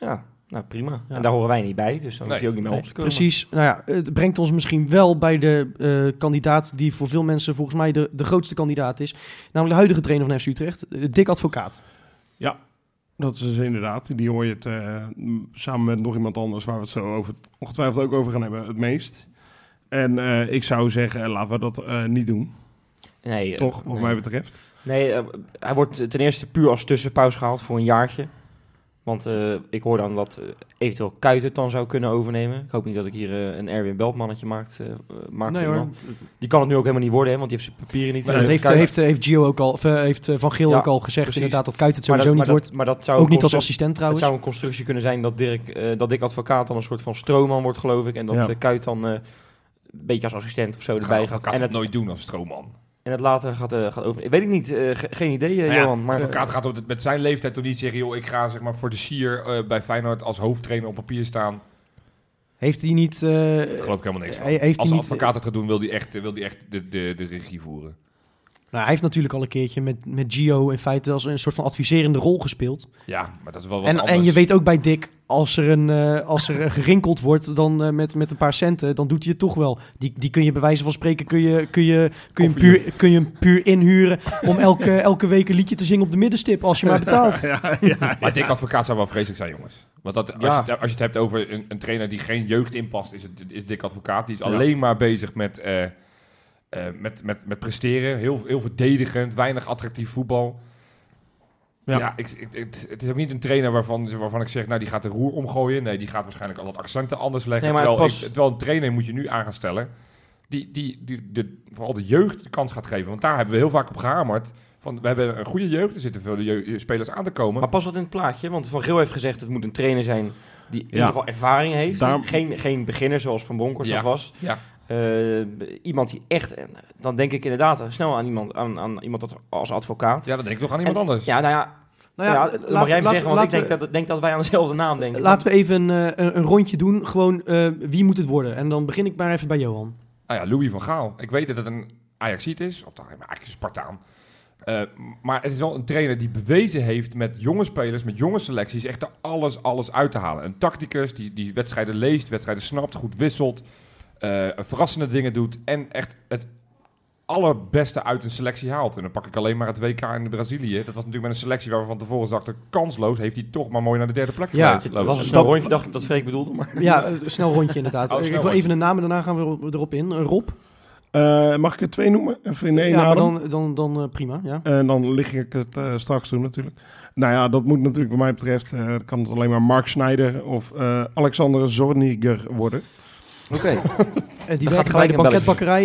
Nou, prima. Ja. En daar horen wij niet bij, dus dan hoef je ook niet meer op te komen. Precies. Nou ja, het brengt ons misschien wel bij de kandidaat die voor veel mensen volgens mij de grootste kandidaat is. Namelijk de huidige trainer van FC Utrecht, Dick Advocaat. Ja, dat is dus inderdaad. Die hoor je het samen met nog iemand anders waar we het zo ongetwijfeld ook over gaan hebben, het meest. En ik zou zeggen, laten we dat niet doen. Nee, Toch, wat mij betreft. Nee, hij wordt ten eerste puur als tussenpauze gehaald voor een jaartje. Want ik hoor dan dat eventueel Kuyt het dan zou kunnen overnemen. Ik hoop niet dat ik hier een Erwin Beltmannetje maak. Nee hoor. Die kan het nu ook helemaal niet worden, hè, want die heeft zijn papieren niet. Maar dat heeft Gio ook al, heeft Van Geel ook al gezegd precies. inderdaad dat Kuyt het sowieso niet wordt. Maar dat zou ook niet als assistent trouwens. Het zou een constructie kunnen zijn dat Dick Advocaat dan een soort van stroomman wordt, geloof ik. En dat Kuyt dan een beetje als assistent of zo erbij gaat. En het nooit doen als stroomman. En het later gaat over. Weet ik niet, geen idee, Johan. Maar Advocaat gaat met zijn leeftijd toch niet zeggen, joh, ik ga zeg maar voor de sier bij Feyenoord als hoofdtrainer op papier staan. Heeft hij niet... Daar geloof ik helemaal niks van. Heeft als hij Advocaat het gaat doen, wil hij echt de regie voeren. Nou, hij heeft natuurlijk al een keertje met Gio in feite als een soort van adviserende rol gespeeld. Ja, maar dat is wel wat anders. En je weet ook bij Dick, als er gerinkeld wordt dan met een paar centen, dan doet hij het toch wel. Die kun je bij wijze van spreken kun je hem puur inhuren om elke week een liedje te zingen op de middenstip als je maar betaalt. Ja. Maar Dick Advocaat zou wel vreselijk zijn, jongens. Want als je het hebt over een trainer die geen jeugd inpast, is Dick Advocaat. Die is alleen maar bezig met presteren. Heel verdedigend, weinig attractief voetbal. Ja, het is ook niet een trainer waarvan ik zeg, nou, die gaat de roer omgooien. Nee, die gaat waarschijnlijk al wat accenten anders leggen. Nee, terwijl een trainer moet je nu aan gaan stellen die vooral de jeugd de kans gaat geven. Want daar hebben we heel vaak op gehamerd. We hebben een goede jeugd, er zitten veel spelers aan te komen. Maar pas wat in het plaatje, want Van Geel heeft gezegd, het moet een trainer zijn die in ieder geval ervaring heeft. Geen beginner zoals Van Bronckhorst dat was. Ja. Iemand die echt, dan denk ik inderdaad snel aan iemand als advocaat. Ja, dan denk ik toch aan iemand anders. Ja, nou ja, mag jij me zeggen, want ik denk dat wij aan dezelfde naam denken. Laten we even een rondje doen. Gewoon, wie moet het worden? En dan begin ik maar even bij Johan. Nou ja, Louis van Gaal. Ik weet dat het een Ajaxiet is, of eigenlijk een Spartaan. Maar het is wel een trainer die bewezen heeft met jonge spelers, met jonge selecties, echt er alles uit te halen. Een tacticus die wedstrijden leest, wedstrijden snapt, goed wisselt. Verrassende dingen doet en echt het allerbeste uit een selectie haalt. En dan pak ik alleen maar het WK in Brazilië. Dat was natuurlijk met een selectie waar we van tevoren dachten, kansloos, heeft hij toch maar mooi naar de derde plek geweest. Het was een snel rondje, dacht ik dat Freek bedoelde. Maar. Ja, een snel rondje inderdaad. Ik wil even de namen, daarna gaan we erop in. Rob? Mag ik er 2 noemen? Even in één maar adem? dan prima, ja. En dan lig ik het straks doen natuurlijk. Nou ja, dat moet natuurlijk wat mij betreft, kan het alleen maar Mark Schneider of Alexander Zorniger worden. Oké. Die werkt bij de banketbakkerij?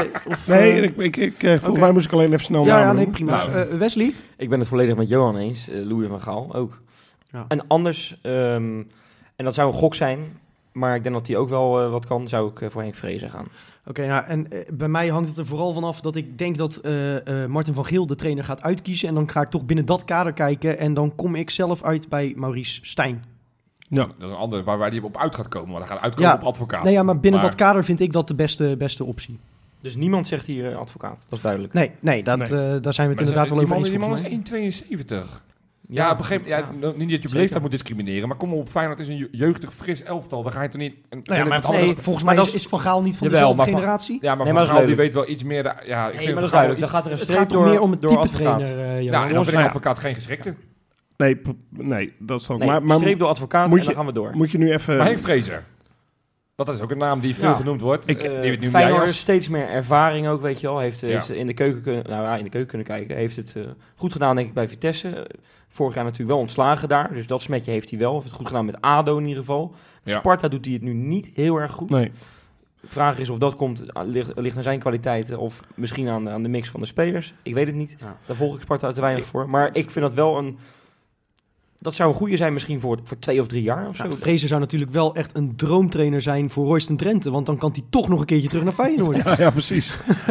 Nee, volgens mij moest ik alleen even snel namen. Ja, nee, prima. Wesley? Ik ben het volledig met Johan eens. Louis van Gaal ook. Ja. En anders, en dat zou een gok zijn, maar ik denk dat hij ook wel wat kan, zou ik voor Henk Vrezen gaan. Oké, nou, en bij mij hangt het er vooral vanaf dat ik denk dat Martin van Geel de trainer gaat uitkiezen. En dan ga ik toch binnen dat kader kijken. En dan kom ik zelf uit bij Maurice Stijn. Ja. Dat is een ander waar die op uit gaat komen. Maar dan gaat uitkomen op advocaat. Nee, ja, maar binnen dat kader vind ik dat de beste optie. Dus niemand zegt hier advocaat, dat is duidelijk. Nee, daar zijn we het inderdaad wel over eens. Die man is 1,72. Ja, op een gegeven moment, niet dat je op leeftijd moet discrimineren, maar kom op, Feyenoord is een jeugdig, fris elftal. Dan ga je toch niet... volgens mij is Van Gaal niet van dezelfde generatie. Ja, maar Van Gaal die weet wel iets meer... maar dat is duidelijk. Dan gaat er een streep door meer om het type trainer. Ja, en dan vind ik advocaat geen geschikte. Nee, dat is ook... maar streep door advocaat en dan gaan we door. Moet je nu even... Maar Henk Vrezer. Dat is ook een naam die veel genoemd wordt. Feyenoord heeft steeds meer ervaring ook, weet je wel. Heeft in de keuken kunnen kijken. Heeft het goed gedaan, denk ik, bij Vitesse. Vorig jaar natuurlijk wel ontslagen daar. Dus dat smetje heeft hij wel. Heeft het goed gedaan met ADO in ieder geval. Sparta doet hij het nu niet heel erg goed. Nee. De vraag is of dat ligt aan zijn kwaliteiten of misschien aan de mix van de spelers. Ik weet het niet. Ja. Daar volg ik Sparta te weinig voor. Maar ik vind dat wel dat zou een goede zijn misschien voor 2 of 3 jaar of zo. Vrezen zou natuurlijk wel echt een droomtrainer zijn voor Royston Drenthe. Want dan kan hij toch nog een keertje terug naar Feyenoord. Ja, precies.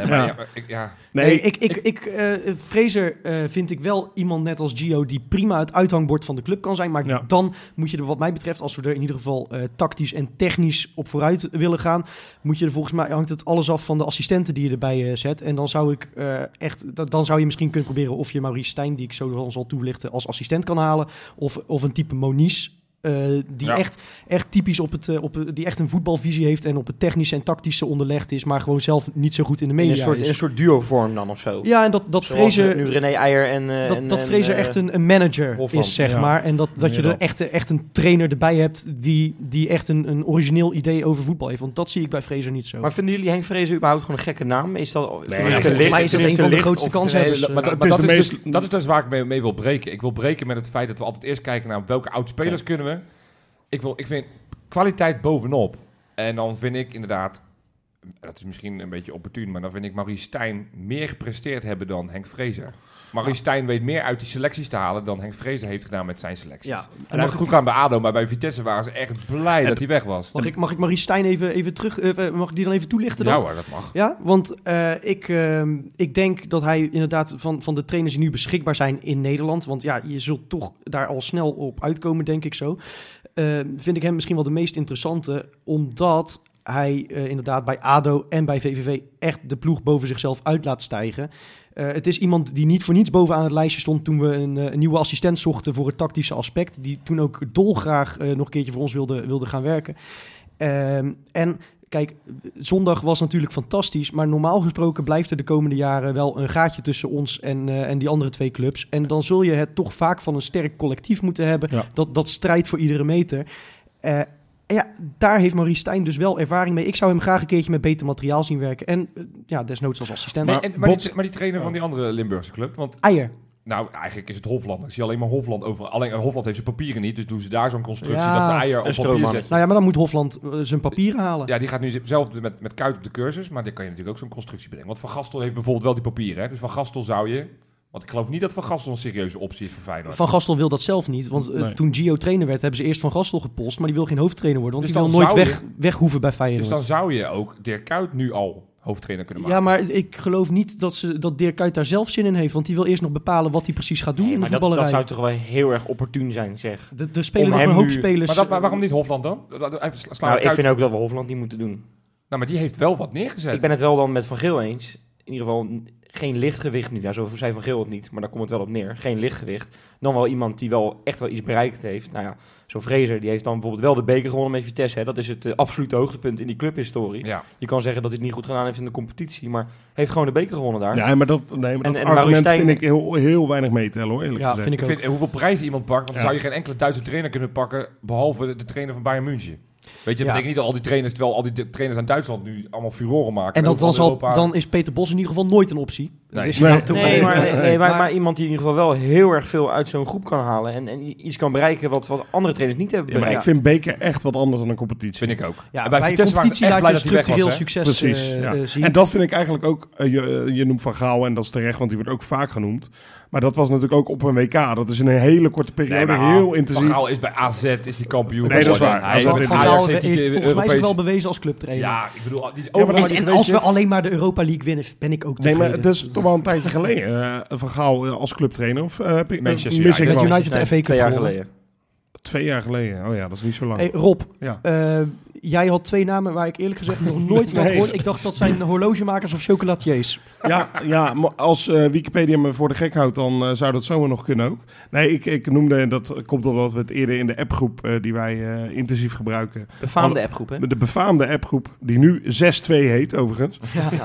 Vrezer vind ik wel iemand net als Gio die prima het uithangbord van de club kan zijn. Maar dan moet je er wat mij betreft, als we er in ieder geval tactisch en technisch op vooruit willen gaan, moet je er volgens mij, hangt het alles af van de assistenten die je erbij zet. En dan zou ik dan zou je misschien kunnen proberen of je Maurice Stijn, die ik zo zal toelichten, als assistent kan halen. Of een type Moniz Die echt typisch die echt een voetbalvisie heeft en op het technische en tactische onderlegd is, maar gewoon zelf niet zo goed in de media in een soort duo-vorm dan of zo. Ja, en dat Fraser... Nu René Eijer en Fraser echt een manager Hofland. is, zeg maar. En dat je er echt een trainer erbij hebt die echt een origineel idee over voetbal heeft. Want dat zie ik bij Fraser niet zo. Maar vinden jullie Henk Fraser überhaupt gewoon een gekke naam? Is dat volgens mij is het een van de grootste kanshebbers. Dat is dus waar ik mee wil breken. Ik wil breken met het feit dat we altijd eerst kijken naar welke oud-spelers kunnen we. Ik vind kwaliteit bovenop. En dan vind ik inderdaad, dat is misschien een beetje opportun, maar dan vind ik Maurice Stijn meer gepresteerd hebben dan Henk Fraser. Maurice Stijn weet meer uit die selecties te halen dan Henk Fraser heeft gedaan met zijn selecties. Ja. En hij heeft het goed gedaan bij ADO, maar bij Vitesse waren ze echt blij dat hij weg was. Mag ik Maurice Stijn even terug, mag ik die dan even toelichten dan? Ja hoor, dat mag. Ja, want ik denk dat hij inderdaad van de trainers die nu beschikbaar zijn in Nederland, want ja, je zult toch daar al snel op uitkomen, denk ik zo. Vind ik hem misschien wel de meest interessante, omdat hij inderdaad bij ADO en bij VVV echt de ploeg boven zichzelf uit laat stijgen. Het is iemand die niet voor niets bovenaan het lijstje stond toen we een nieuwe assistent zochten voor het tactische aspect. Die toen ook dolgraag nog een keertje voor ons wilde gaan werken. En kijk, zondag was natuurlijk fantastisch, maar normaal gesproken blijft er de komende jaren wel een gaatje tussen ons en die andere twee clubs. En dan zul je het toch vaak van een sterk collectief moeten hebben, dat strijdt voor iedere meter. Ja, daar heeft Maurice Stijn dus wel ervaring mee. Ik zou hem graag een keertje met beter materiaal zien werken. En desnoods als assistent. Maar die trainer van die andere Limburgse club, want... Eijer. Nou, eigenlijk is het Hofland. Ik zie alleen maar Hofland overal. Alleen Hofland heeft zijn papieren niet, dus doen ze daar zo'n constructie dat ze Eijer op papier zetten. Nou ja, maar dan moet Hofland zijn papieren halen. Ja, die gaat nu zelf met Kuit op de cursus, maar dan kan je natuurlijk ook zo'n constructie bedenken. Want Van Gastel heeft bijvoorbeeld wel die papieren, hè? Dus Van Gastel zou je... Want ik geloof niet dat Van Gastel een serieuze optie is voor Feyenoord. Van Gastel wil dat zelf niet, want toen Gio trainer werd, hebben ze eerst Van Gastel gepost, maar die wil geen hoofdtrainer worden, want dus die wil nooit weg hoeven bij Feyenoord. Dus dan zou je ook Dirk Kuyt nu al hoofdtrainer kunnen maken. Ja, maar ik geloof niet dat Dirk Kuyt daar zelf zin in heeft, want die wil eerst nog bepalen wat hij precies gaat doen in de voetballerij. Dat zou toch wel heel erg opportun zijn, zeg. Er spelen nog een hoop spelers. Maar waarom niet Hofland dan? Ik vind ook dat we Hofland niet moeten doen. Nou, maar die heeft wel wat neergezet. Ik ben het wel dan met Van Geel eens. In ieder geval geen lichtgewicht nu. Ja, zo zei Van Geel het niet, maar daar komt het wel op neer. Geen lichtgewicht. Dan wel iemand die wel echt wel iets bereikt heeft. Nou ja, zo'n Fraser, die heeft dan bijvoorbeeld wel de beker gewonnen met Vitesse. Hè. Dat is het absolute hoogtepunt in die clubhistorie. Ja. Je kan zeggen dat hij het niet goed gedaan heeft in de competitie, maar heeft gewoon de beker gewonnen daar. Ja, maar dat argument vind ik heel weinig meetellen, hoor, eerlijk gezegd. Vind ik ook. Hoeveel prijzen iemand pakt, want dan zou je geen enkele Duitse trainer kunnen pakken, behalve de trainer van Bayern München. Weet je, dat betekent niet dat al die trainers, terwijl al die trainers aan Duitsland nu allemaal furoren maken. En dan is Peter Bos in ieder geval nooit een optie. Maar iemand die in ieder geval wel heel erg veel uit zo'n groep kan halen en iets kan bereiken wat andere trainers niet hebben bereikt. Maar ik vind beker echt wat anders dan een competitie. Vind ik ook. Ja, en bij een competitie laat je structureel succes zien. En dat vind ik eigenlijk ook, je noemt Van Gaal en dat is terecht, want die wordt ook vaak genoemd. Maar dat was natuurlijk ook op een WK. Dat is in een hele korte periode heel intensief. Van Gaal is bij AZ, is die kampioen. Nee, dat is waar. Van Gaal heeft volgens mij zich wel bewezen als clubtrainer. Ja, ik bedoel, die is overal. En als we alleen maar de Europa League winnen, ben ik ook tevreden. Nee, maar dat is toch wel een tijdje geleden. Van Gaal als clubtrainer. Of Manchester United de FA Cup 2 jaar geleden. 2 jaar geleden. Oh ja, dat is niet zo lang. Hey, Rob, jij had 2 namen waar ik eerlijk gezegd nog nooit van had gehoord. Ik dacht dat zijn horlogemakers of chocolatiers. Ja, maar als Wikipedia me voor de gek houdt, dan zou dat zomaar nog kunnen ook. Nee, ik noemde, dat komt omdat we het eerder in de appgroep die wij intensief gebruiken. Befaamde appgroep, hè? De befaamde appgroep, die nu 6-2 heet overigens.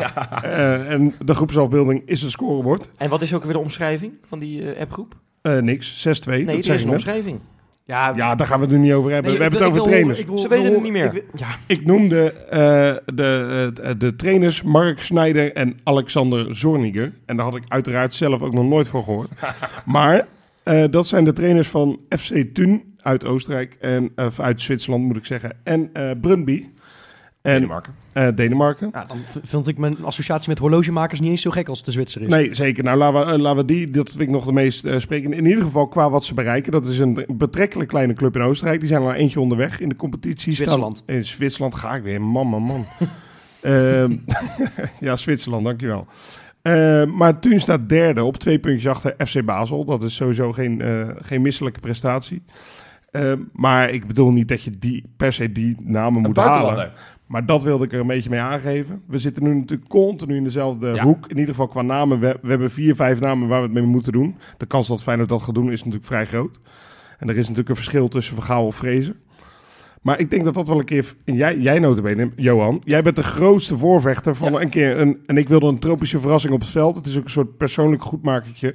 En de groepsafbeelding is een scorebord. En wat is ook weer de omschrijving van die appgroep? Niks, 6-2. Nee, dat is een omschrijving. Ja, daar gaan we het nu niet over hebben. We hebben het over trainers. Ze weten het niet meer. Ik noemde de trainers Mark Schneider en Alexander Zorniger. En daar had ik uiteraard zelf ook nog nooit voor gehoord. Maar dat zijn de trainers van FC Thun uit Oostenrijk. Uit Zwitserland moet ik zeggen. En Brøndby. Denemarken. Ja, dan vind ik mijn associatie met horlogemakers niet eens zo gek als het de Zwitser is. Nee, zeker. Nou, laten we dat vind ik nog de meest sprekende. In ieder geval qua wat ze bereiken. Dat is een betrekkelijk kleine club in Oostenrijk. Die zijn er eentje onderweg in de competitie. Zwitserland. In Zwitserland ga ik weer. Man. Ja, Zwitserland, dankjewel. Maar Thun staat derde op 2 puntjes achter FC Basel. Dat is sowieso geen misselijke prestatie. Maar ik bedoel niet dat je per se die namen moet halen. Maar dat wilde ik er een beetje mee aangeven. We zitten nu natuurlijk continu in dezelfde hoek. In ieder geval qua namen. We hebben 4-5 namen waar we het mee moeten doen. De kans dat Feyenoord dat gaat doen is natuurlijk vrij groot. En er is natuurlijk een verschil tussen Van Gaal of Vrezen. Maar ik denk dat dat wel een keer... En jij nota bene, Johan, jij bent de grootste voorvechter van een keer... En ik wilde een tropische verrassing op het veld. Het is ook een soort persoonlijk goedmakertje.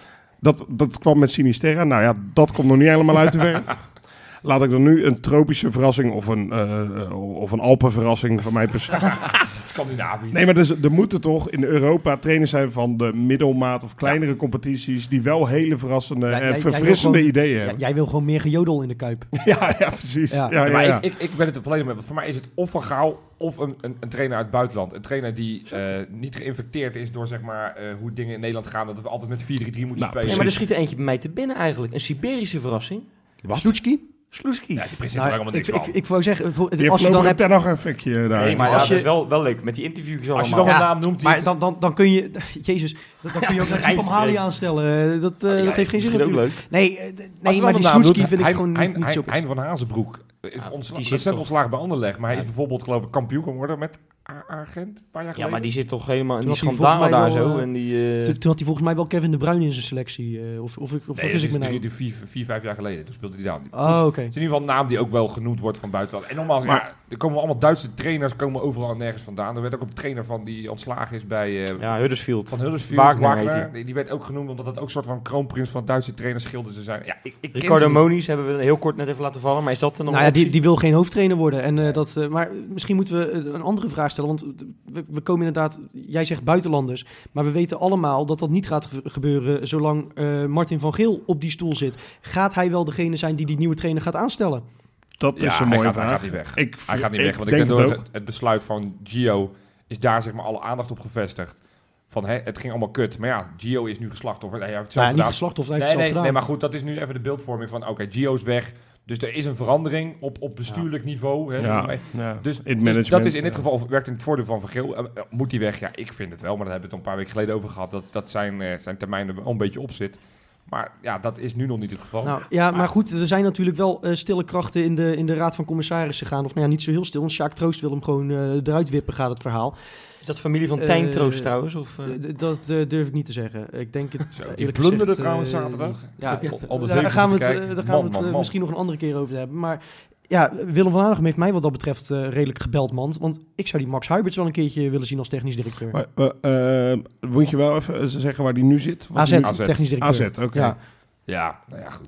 Dat kwam met Sinisterra. Nou ja, dat komt nog niet helemaal uit de verf. Laat ik dan nu een tropische verrassing of een Alpenverrassing van mij persoonlijk. Scandinavisch. Nee, maar er moeten toch in Europa trainers zijn van de middelmaat of kleinere competities die wel hele verrassende en verfrissende ideeën hebben. Jij wil gewoon meer gejodel in de Kuip. Ja, precies. Ja. Maar ik ben het er volledig mee. Voor mij is het of Van Gaal of een trainer uit het buitenland. Een trainer die niet geïnfecteerd is door zeg maar hoe dingen in Nederland gaan. Dat we altijd met 4-3-3 moeten spelen. Ja, maar er schiet er eentje bij mij te binnen eigenlijk. Een Siberische verrassing. Wat? Sloetski? Ja, die presenteert helemaal niks van. Ik wou zeggen, Die als je dan hebt... er nog een effectje daar. Nee, maar Als dat je- is wel leuk. Met die interviews allemaal. Als je dan een naam noemt... Maar dan kun je... Jezus, dan kun je ook naar Tjipam Hali aanstellen. Dat heeft geen zin ook natuurlijk. leuk. Nee, Als je maar dan die een naam Sloetski doet, vind ik Hein- gewoon Hein- niet zo... Hein van Hazenbroek. die zit toch- ontslagen bij Anderlecht. Maar hij is bijvoorbeeld geloof ik kampioen geworden met Agent een paar jaar Ja, geleden. maar die zit toch helemaal in Toen die was hij schandalen daar volgens mij zo. wel, En die, Toen had hij volgens mij wel Kevin De Bruyne in zijn selectie. Of Nee, vergis ik me nou? 4-5 jaar geleden. Toen speelde hij daar. Oh, oké. Het is in ieder geval een naam die ook wel genoemd wordt van buitenland. En nogmaals, Maar- er komen allemaal Duitse trainers komen overal en nergens vandaan. Er werd ook een trainer van die ontslagen is bij ja, Huddersfield. van Huddersfield, Wagner heet Wagner. Die werd ook genoemd omdat het ook een soort van kroonprins van Duitse trainers schilderde ze zijn. Ja, ik ken Ricardo ze niet. Moniz hebben we heel kort net even laten vallen. Maar is dat dan nog Nou ja, een optie? die wil geen hoofdtrainer worden. En maar misschien moeten we een andere vraag stellen. Want we komen inderdaad... Jij zegt buitenlanders. Maar we weten allemaal dat dat niet gaat gebeuren... zolang Martin van Geel op die stoel zit. Gaat hij wel degene zijn die nieuwe trainer gaat aanstellen? Dat Ja, is een hij mooie gaat- vraag. hij gaat niet weg. Hij gaat niet ik weg, want ik denk denk het dat ook. het besluit van Gio is daar zeg maar alle aandacht op gevestigd. Van het ging allemaal kut, maar ja, Gio is nu geslachtoffer. Hij heeft het zelf Niet gedaan. geslachtoffer, hij heeft Nee, het zelf nee, gedaan. maar goed, dat is nu even de beeldvorming van oké, Gio is weg. Dus er is een verandering op bestuurlijk niveau. Hè, Ja, Dus, in dus management. dat is in dit geval werkt in het voordeel van Van Geel. Moet hij weg? Ja, ik vind het wel, maar daar hebben we het al een paar weken geleden over gehad. Dat zijn termijn er wel een beetje op zit. Maar ja, dat is nu nog niet het geval. Nou, ja, maar goed, er zijn natuurlijk wel stille krachten in de Raad van Commissarissen gaan. Of nou ja, niet zo heel stil. Want Sjaak Troost wil hem gewoon eruit wippen, gaat het verhaal. Is dat familie van Tijn Troost trouwens? Of, Dat durf ik niet te zeggen. Ik denk het Zo, die eerlijk plunderde gezegd, trouwens zaterdag. niet. Ja, Al de daar zeven gaan we te het, kijken. daar gaan we Man, het man. misschien nog een andere keer over hebben. Maar ja, Willem van Hanegem heeft mij wat dat betreft redelijk gebeld, man. Want ik zou die Max Huiberts wel een keertje willen zien als technisch directeur. Maar, moet je wel even zeggen waar die nu zit? Wat AZ, die- technisch directeur. AZ, oké. Ja. Ja, nou ja, goed.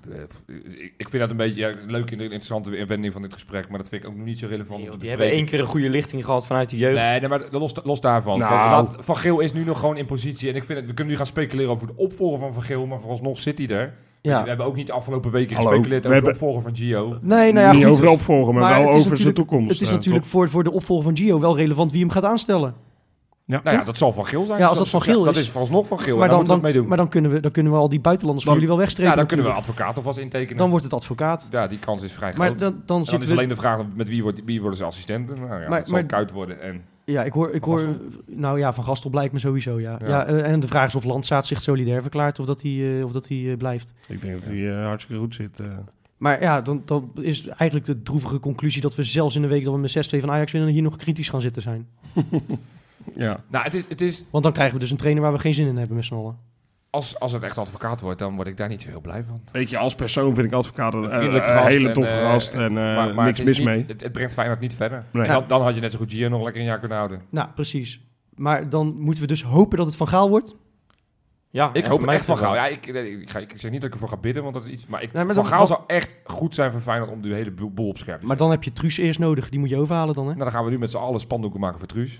Ik vind dat een beetje leuk en interessante wending van dit gesprek, maar dat vind ik ook nog niet zo relevant. Nee, om te die hebben bespreken. 1 keer een goede lichting gehad vanuit de jeugd. Nee, maar los daarvan. Nou. Van Geel is nu nog gewoon in positie. En ik vind het, we kunnen nu gaan speculeren over de opvolger van Van Geel, maar vooralsnog zit hij er. Ja. We hebben ook niet de afgelopen weken Hallo, gespeculeerd we over de hebben- opvolger van Gio. Nee, nou ja, Niet goed. over de opvolger, maar wel het is over zijn natuurlijk- toekomst. Het is natuurlijk voor de opvolger van Gio wel relevant wie hem gaat aanstellen. Ja, Nou ja, dat zal Van Geel zijn. Ja, als dat Van Geel dat is. is vooralsnog Van Geel. Maar en daar dan, moeten we het mee doen. maar dan kunnen we al die buitenlanders voor Dan- jullie wel wegstrepen. Ja, dan kunnen we natuurlijk. advocaten vast intekenen. Dan wordt het advocaat. Ja, die kans is vrij Maar groot. dan En dan zitten is we... alleen de vraag met wie worden ze assistenten. Nou ja, Maar- dat zal maar- Kuit worden. En Ja, ik hoor nou ja, Van Gastel blijkt me sowieso, ja. Ja. En de vraag is of Landzaat zich solidair verklaart of dat hij blijft. Ik denk dat hij hartstikke goed zit. Maar ja, dan is eigenlijk de droevige conclusie dat we zelfs in de week dat we met 6-2 van Ajax winnen hier nog kritisch gaan zitten zijn. Ja. nou, het is Want dan krijgen we dus een trainer waar we geen zin in hebben met z'n allen. als het echt advocaat wordt, dan word ik daar niet zo heel blij van. Weet je, als persoon vind ik advocaat een vriendelijke een gast hele en, toffe gast en maar niks het is mis niet- mee. Het brengt Feyenoord niet verder. Nee. En dan had je net zo goed Gio nog lekker een jaar kunnen houden. Nou, precies. Maar dan moeten we dus hopen dat het Van Gaal wordt. Ja, Ik en hoop voor mij echt Van wel. Gaal. Ja, ik zeg niet dat ik ervoor ga bidden, want dat is iets. Maar Nee, maar Van dan- Gaal dan- zou echt goed zijn voor Feyenoord om de hele boel op scherp te Maar dan heb je Truus eerst nodig. Die moet je overhalen dan, hè? Nou, dan gaan we nu met z'n allen spandoeken maken voor Truus.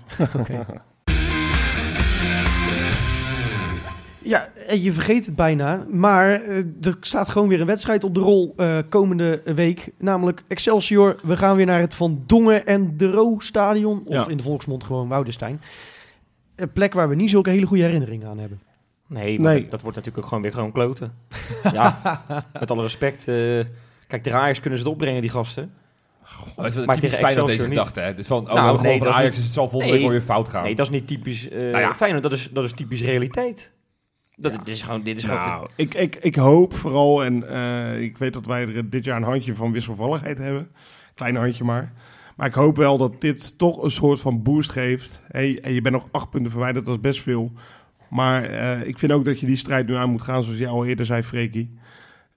Ja, en je vergeet het bijna. Maar er staat gewoon weer een wedstrijd op de rol komende week. Namelijk Excelsior. We gaan weer naar het Van Dongen en de Roo stadion. Of Ja. in de volksmond gewoon Woudenstein. Een plek waar we niet zulke hele goede herinneringen aan hebben. Nee, maar Nee. dat wordt natuurlijk ook gewoon weer gewoon kloten. Ja, met alle respect. Kijk, tegen Ajax kunnen ze het opbrengen, die gasten. Het is wel Maar typisch tegen Feyenoord Excelsior deze niet. gedachte. Hè? Dus van, Nou, we hebben nee, gewoon van dat is Ajax niet- is het zal volgende Nee. week wel weer fout gaan. Nee, dat is niet typisch ja. Feyenoord. Dat is typisch realiteit. Dit is gewoon... Nou, ik hoop vooral, en ik weet dat wij er dit jaar een handje van wisselvalligheid hebben. Klein handje maar. Maar ik hoop wel dat dit toch een soort van boost geeft. Hey, en je bent nog 8 punten verwijderd, dat is best veel. Maar ik vind ook dat je die strijd nu aan moet gaan, zoals jij al eerder zei, Freekie.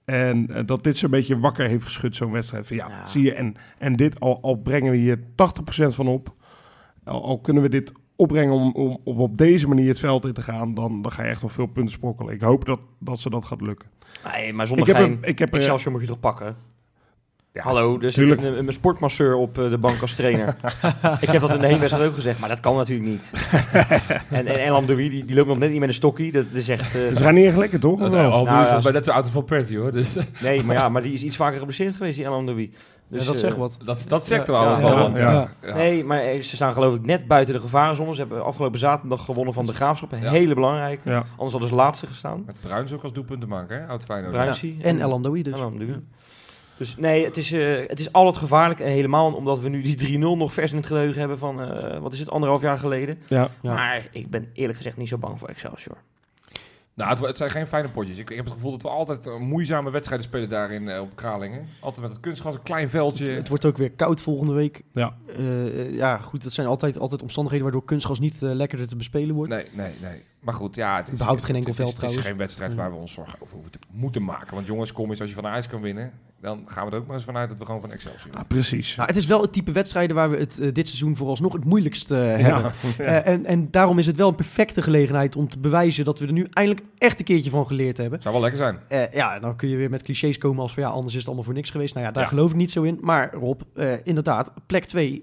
En dat dit zo'n beetje wakker heeft geschud, zo'n wedstrijd. Van, zie je, en dit al brengen we hier 80% van op. Al kunnen we dit opbrengen om op deze manier het veld in te gaan, dan ga je echt wel veel punten sprokkelen. Ik hoop dat ze dat gaat lukken. Nee, maar zonder Excelsior moet je toch pakken? Ja, hallo, dus een sportmasseur op de bank als trainer. Ik heb dat in de heenwedstrijd ook gezegd, maar dat kan natuurlijk niet. en El Amdoui, die loopt nog net niet met een stokkie. Dat is echt... Ze gaan niet echt lekker, toch? Amdoui is net zo uit van Persie, hoor. Dus. Nee, maar die is iets vaker geblesseerd geweest, die El Amdoui. Dus, dat zegt wat. Dat zegt er allemaal. Ja. Nee, maar ze staan geloof ik net buiten de gevárenzone. Ze hebben afgelopen zaterdag gewonnen van de Graafschap. Een hele belangrijke. Ja. Anders hadden ze laatste gestaan. Met Bruins ook als doelpunten maken, hè? Oud Feyenoord. Bruinsie. En El Amdoui dus. Dus nee, het is altijd gevaarlijk. En helemaal omdat we nu die 3-0 nog vers in het geheugen hebben van, wat is het, 1,5 jaar geleden. Ja. Maar ik ben eerlijk gezegd niet zo bang voor Excelsior. Nou, het zijn geen fijne potjes. Ik heb het gevoel dat we altijd moeizame wedstrijden spelen daarin op Kralingen. Altijd met het kunstgras, een klein veldje. Het wordt ook weer koud volgende week. Ja. Goed, dat zijn altijd omstandigheden waardoor kunstgras niet lekkerder te bespelen wordt. Nee. Maar goed, ja, het is überhaupt geen enkel veld trouwens. Het is geen wedstrijd waar we ons zorgen over moeten maken. Want jongens, kom eens, als je van Ajax kan winnen, dan gaan we er ook maar eens vanuit dat we gewoon van Excelsior winnen. Precies. Nou, het is wel het type wedstrijden waar we het dit seizoen vooralsnog het moeilijkst hebben. Ja. En daarom is het wel een perfecte gelegenheid om te bewijzen dat we er nu eindelijk echt een keertje van geleerd hebben. Zou wel lekker zijn. Dan kun je weer met clichés komen als van anders is het allemaal voor niks geweest. Nou ja, daar geloof ik niet zo in. Maar Rob, inderdaad, plek 2...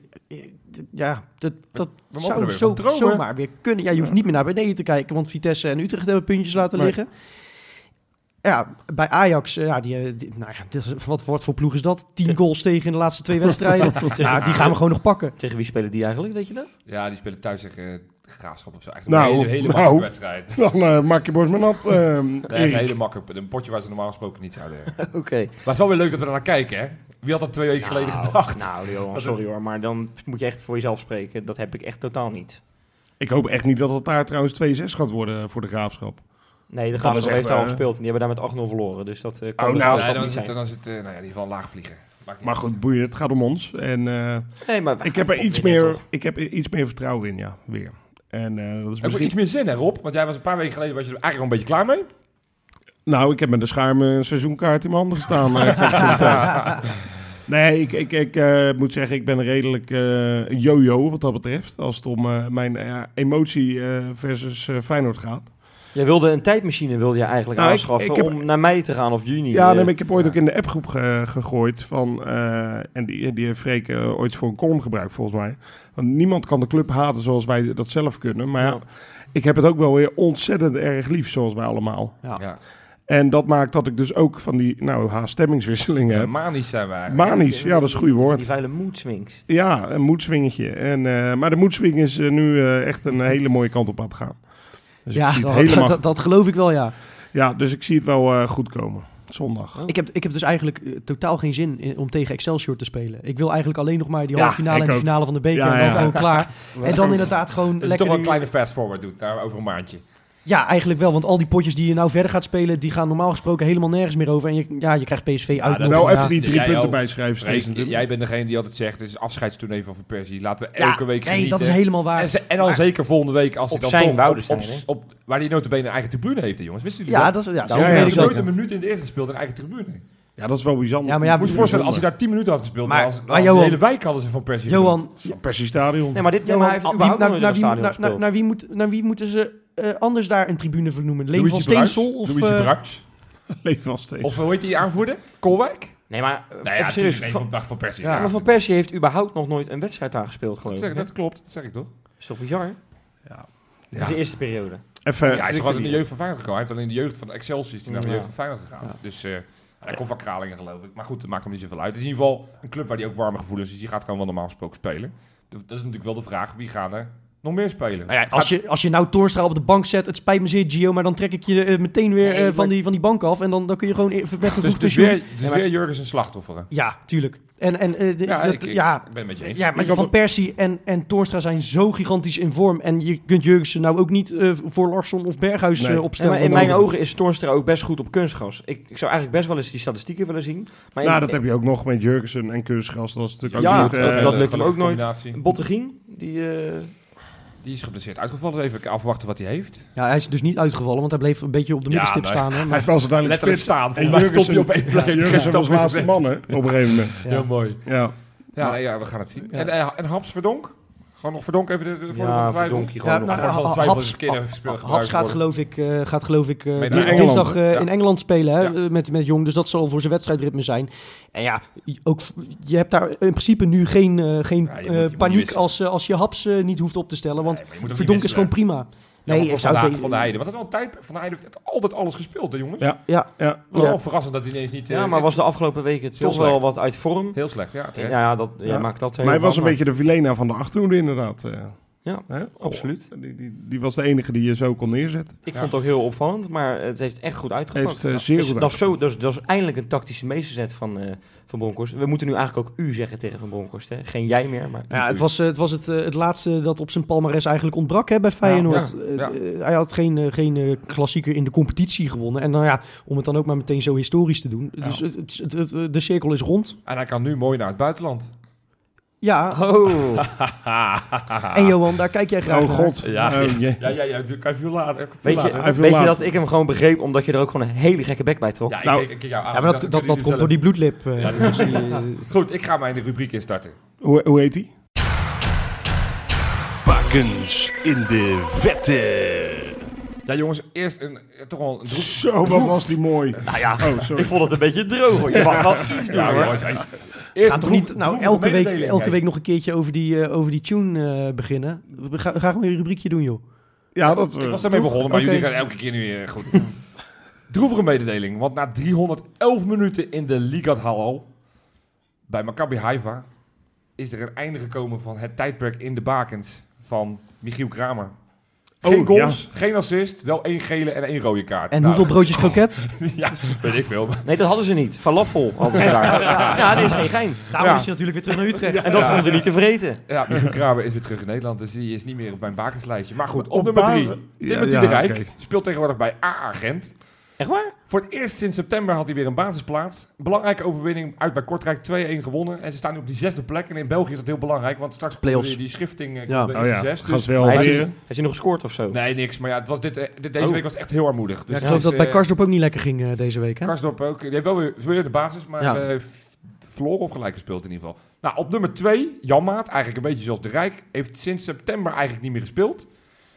dat zou zomaar weer kunnen. Ja, je hoeft niet meer naar beneden te kijken, want Vitesse en Utrecht hebben puntjes laten liggen. Ja, bij Ajax, wat voor ploeg is dat? 10 goals tegen in de laatste 2 wedstrijden. Die gaan we gewoon nog pakken. Tegen wie spelen die eigenlijk, weet je dat? Ja, die spelen thuis tegen Graafschap of zo. Echt een hele makkelijke wedstrijd. Dan maak je borst maar nat. Een hele makkelijke. Een potje waar ze normaal gesproken niet zouden. Oké. Maar het is wel weer leuk dat we er naar kijken, hè? Wie had dat 2 weken geleden gedacht? Nou, Johan, sorry hoor, maar dan moet je echt voor jezelf spreken. Dat heb ik echt totaal niet. Ik hoop echt niet dat het daar trouwens 2-6 gaat worden voor de Graafschap. Nee, de Graafschap heeft al gespeeld en die hebben daar met 8-0 verloren. Dus dat kan niet zijn. Dan is het die van laag vliegen. Maar goed, boeien, het gaat om ons. En ik heb er iets meer vertrouwen in, weer. En dat is misschien... iets meer zin, hè, Rob? Want jij was een paar weken geleden er eigenlijk al een beetje klaar mee. Nou, ik heb met de schuim een seizoenkaart in mijn handen gestaan. Nee, ik moet zeggen, ik ben redelijk yo-yo wat dat betreft. Als het om mijn emotie versus Feyenoord gaat. Jij wilde een tijdmachine eigenlijk aanschaffen om naar mei te gaan of juni. Ja, maar ik heb ooit ook in de appgroep gegooid van... en die heeft Freek ooit voor een column gebruikt, volgens mij. Want niemand kan de club haten zoals wij dat zelf kunnen. Maar ik heb het ook wel weer ontzettend erg lief, zoals wij allemaal. Ja. En dat maakt dat ik dus ook van die stemmingswisselingen heb. Manisch zijn wij. Manisch, dat is een goed woord. Die vuile moedswings. Ja, een moedswingetje. Maar de moedswing is nu echt een hele mooie kant op aan het gaan. Dus dat geloof ik wel, ja. Ja, dus ik zie het wel goed komen. Zondag. Ik heb dus eigenlijk totaal geen zin om tegen Excelsior te spelen. Ik wil eigenlijk alleen nog maar die halve finale en de finale van de beker en dan gewoon klaar. En dan inderdaad gewoon lekker... toch wel een kleine fast forward doen, over een maandje. Ja, eigenlijk wel, want al die potjes die je nou verder gaat spelen, die gaan normaal gesproken helemaal nergens meer over. En je krijgt PSV uit. Nou, even die 3 punten bijschrijven steeds. Jij bent degene die altijd zegt, het is afscheidstoernee van Persie. Laten we elke week genieten. Nee, dat is helemaal waar. En dan zeker volgende week, als hij dan zijn toch waar hij notabene een eigen tribune heeft, jongens. Wisten jullie dat? Hij heeft nooit een minuut in de eerste gespeeld in eigen tribune. Ja, dat is wel bijzonder. Ja, maar je moet je voorstellen, als hij daar 10 minuten had gespeeld, maar de hele wijk hadden ze van Persie. Johan, Persie Stadion. Nee, maar dit hij heeft überhaupt nooit in het stadion gespeeld. Naar wie moeten ze anders daar een tribune vernoemen? Leen van Steensel? Luigi Bruins. Leen van Steensel. Of hoe heet die aanvoerder? Kolwijk? Nee, maar even serieus. Van Persie. Ja, maar Van Persie heeft überhaupt nog nooit een wedstrijd daar gespeeld, geloof ik. Dat klopt, dat zeg ik toch? Dat is toch bizar? Ja. Dat is de eerste periode. Hij is gewoon in de jeugd van Feyenoord gekomen. Hij heeft alleen de jeugd van Excelsior die naar de jeugd van Feyenoord gegaan. Dus... hij komt van Kralingen, geloof ik. Maar goed, dat maakt hem niet zoveel uit. Het is in ieder geval een club waar hij ook warme gevoelens is. Die gaat gewoon wel normaal gesproken spelen. Dat is natuurlijk wel de vraag. Wie gaan er nog meer spelen? Nou ja, als je nou Toornstra op de bank zet, het spijt me zeer, Gio, maar dan trek ik je meteen weer van die bank af. En dan kun je gewoon met een goed pensioen... Dus weer Jurgens een slachtoffer. Ja, tuurlijk. Ik ben het met je eens. Ja, maar Van Persie en Toornstra zijn zo gigantisch in vorm. En je kunt Jurgensen nou ook niet voor Larsson of Berghuis opstellen. Maar in mijn ogen is Toornstra ook best goed op kunstgras. Ik zou eigenlijk best wel eens die statistieken willen zien. Maar dat heb je ook nog met Jurgensen en kunstgras. Dat is natuurlijk ook niet... dat lukt hem ook nooit. Bottegien, die... Die is geblesseerd uitgevallen. Even afwachten wat hij heeft. Ja, hij is dus niet uitgevallen, want hij bleef een beetje op de middenstip nee. staan. Hè, Hij maar, was uiteindelijk Letterlijk spits. staan. Volgens mij stond hij op één plek. Jurgensen was laatste man, hè, op een gegeven moment. ja. Heel mooi. Ja. Ja, we gaan het zien. Ja. En Haps Verdonk? Gewoon nog Verdonk even de voordeel van de Ja, twijfel. Verdonkie gewoon Ja, nog. nou, Voordeel van de twijfel is Haps- een keer even gespeeld. Haps gaat geloof ik naar dinsdag Engeland, in Engeland spelen hè, Ja. met Jong. Dus dat zal voor zijn wedstrijdritme zijn. En ja, ook, je hebt daar in principe nu geen je moet paniek wisselen. als je Haps niet hoeft op te stellen. Want Nee, maar je moet hem Verdonk niet is gewoon wisselen. prima. Nee, Nee, ik zou van de Heide. Want dat is wel een tijd. Van de Heide heeft altijd alles gespeeld, hè jongens? Ja. Ja, Ja. Het was wel verrassend dat hij ineens niet... Ja, maar was de afgelopen weken toch slecht. wel wat uit vorm. Heel slecht, ja. terecht. Ja, dat Ja. maakt dat Maar hij was een beetje de Vilena van de achterhoede inderdaad. Ja, Hè? absoluut. Die was de enige die je zo kon neerzetten. Ik vond het ook heel opvallend, maar het heeft echt goed uitgepakt. Heeft zeer Dus goed dat is eindelijk een tactische meesterzet van Bronkhorst. We moeten nu eigenlijk ook u zeggen tegen Van Bronkhorst. Hè? Geen jij meer, maar ja, u. het was het laatste dat op zijn palmares eigenlijk ontbrak hè, bij Feyenoord. ja. Hij had geen klassieker in de competitie gewonnen. En nou ja, om het dan ook maar meteen zo historisch te doen. Ja. Dus de cirkel is rond. En hij kan nu mooi naar het buitenland. Ja, Oh, en Johan, daar kijk jij graag Oh naar. god. Ja. Oh, jee. Ja, kan je later. weet je, Hij viel weet je laat. dat ik hem gewoon begreep omdat je er ook gewoon een hele gekke bek bij trok? Ja, Nou, ik kijk jou aan. Ja, maar dat komt door die bloedlip. Ja, dat is Goed, ik ga mijn rubriek instarten. Hoe heet hij? Bakens in de vette. Ja, jongens, eerst toch wel een droef... Zo, wat was die mooi. Nou ja, Oh, sorry. ik vond het een beetje droog. Hoor. Je mag wel iets doen, Ja, hoor. jongens, hey. Eerst Gaan toch niet elke week nog een keertje over die tune beginnen? Ga gewoon een rubriekje doen, joh. Ja, dat Ik was daarmee begonnen, maar Oké. jullie gaan elke keer nu goed. Droevige mededeling, want na 311 minuten in de Ligat Hall bij Maccabi Haifa is er een einde gekomen van het tijdperk in de bakens van Michiel Kramer. Geen Oh, goals, geen assist, wel 1 gele en 1 rode kaart. En Nou, hoeveel broodjes kroket? Ja, weet ik veel. Nee, dat hadden ze niet. Falafel hadden ze daar. Ja, dat is geen gein. Daarom Ja. is hij natuurlijk weer terug naar Utrecht. En dat vonden ze niet te vreten. Ja, Michiel Kramer is weer terug in Nederland, dus die is niet meer op mijn bakenslijstje. Maar goed, op Op nummer 3, basis- Timothy Ja, de Rijk, oké. speelt tegenwoordig bij AA Gent. Echt waar? Voor het eerst sinds september had hij weer een basisplaats. Belangrijke overwinning uit bij Kortrijk, 2-1 gewonnen. En ze staan nu op die 6e plek. En in België is dat heel belangrijk, want straks Play-offs. weer die schifting Ja. bij Oh ja, 6. gaat Dus, wel Maar heeft weer. hij- heeft hij nog gescoord of zo? nee, niks. Maar ja, het was deze Oh. week was het echt heel armoedig. Dus Ja, ik het geloof is, dat bij Karsdorp ook niet lekker ging deze week, hè? Karsdorp ook. Die heeft wel weer de basis, maar Ja. verloren of gelijk gespeeld in ieder geval. Nou, op nummer 2, Janmaat, eigenlijk een beetje zoals de Rijk, heeft sinds september eigenlijk niet meer gespeeld.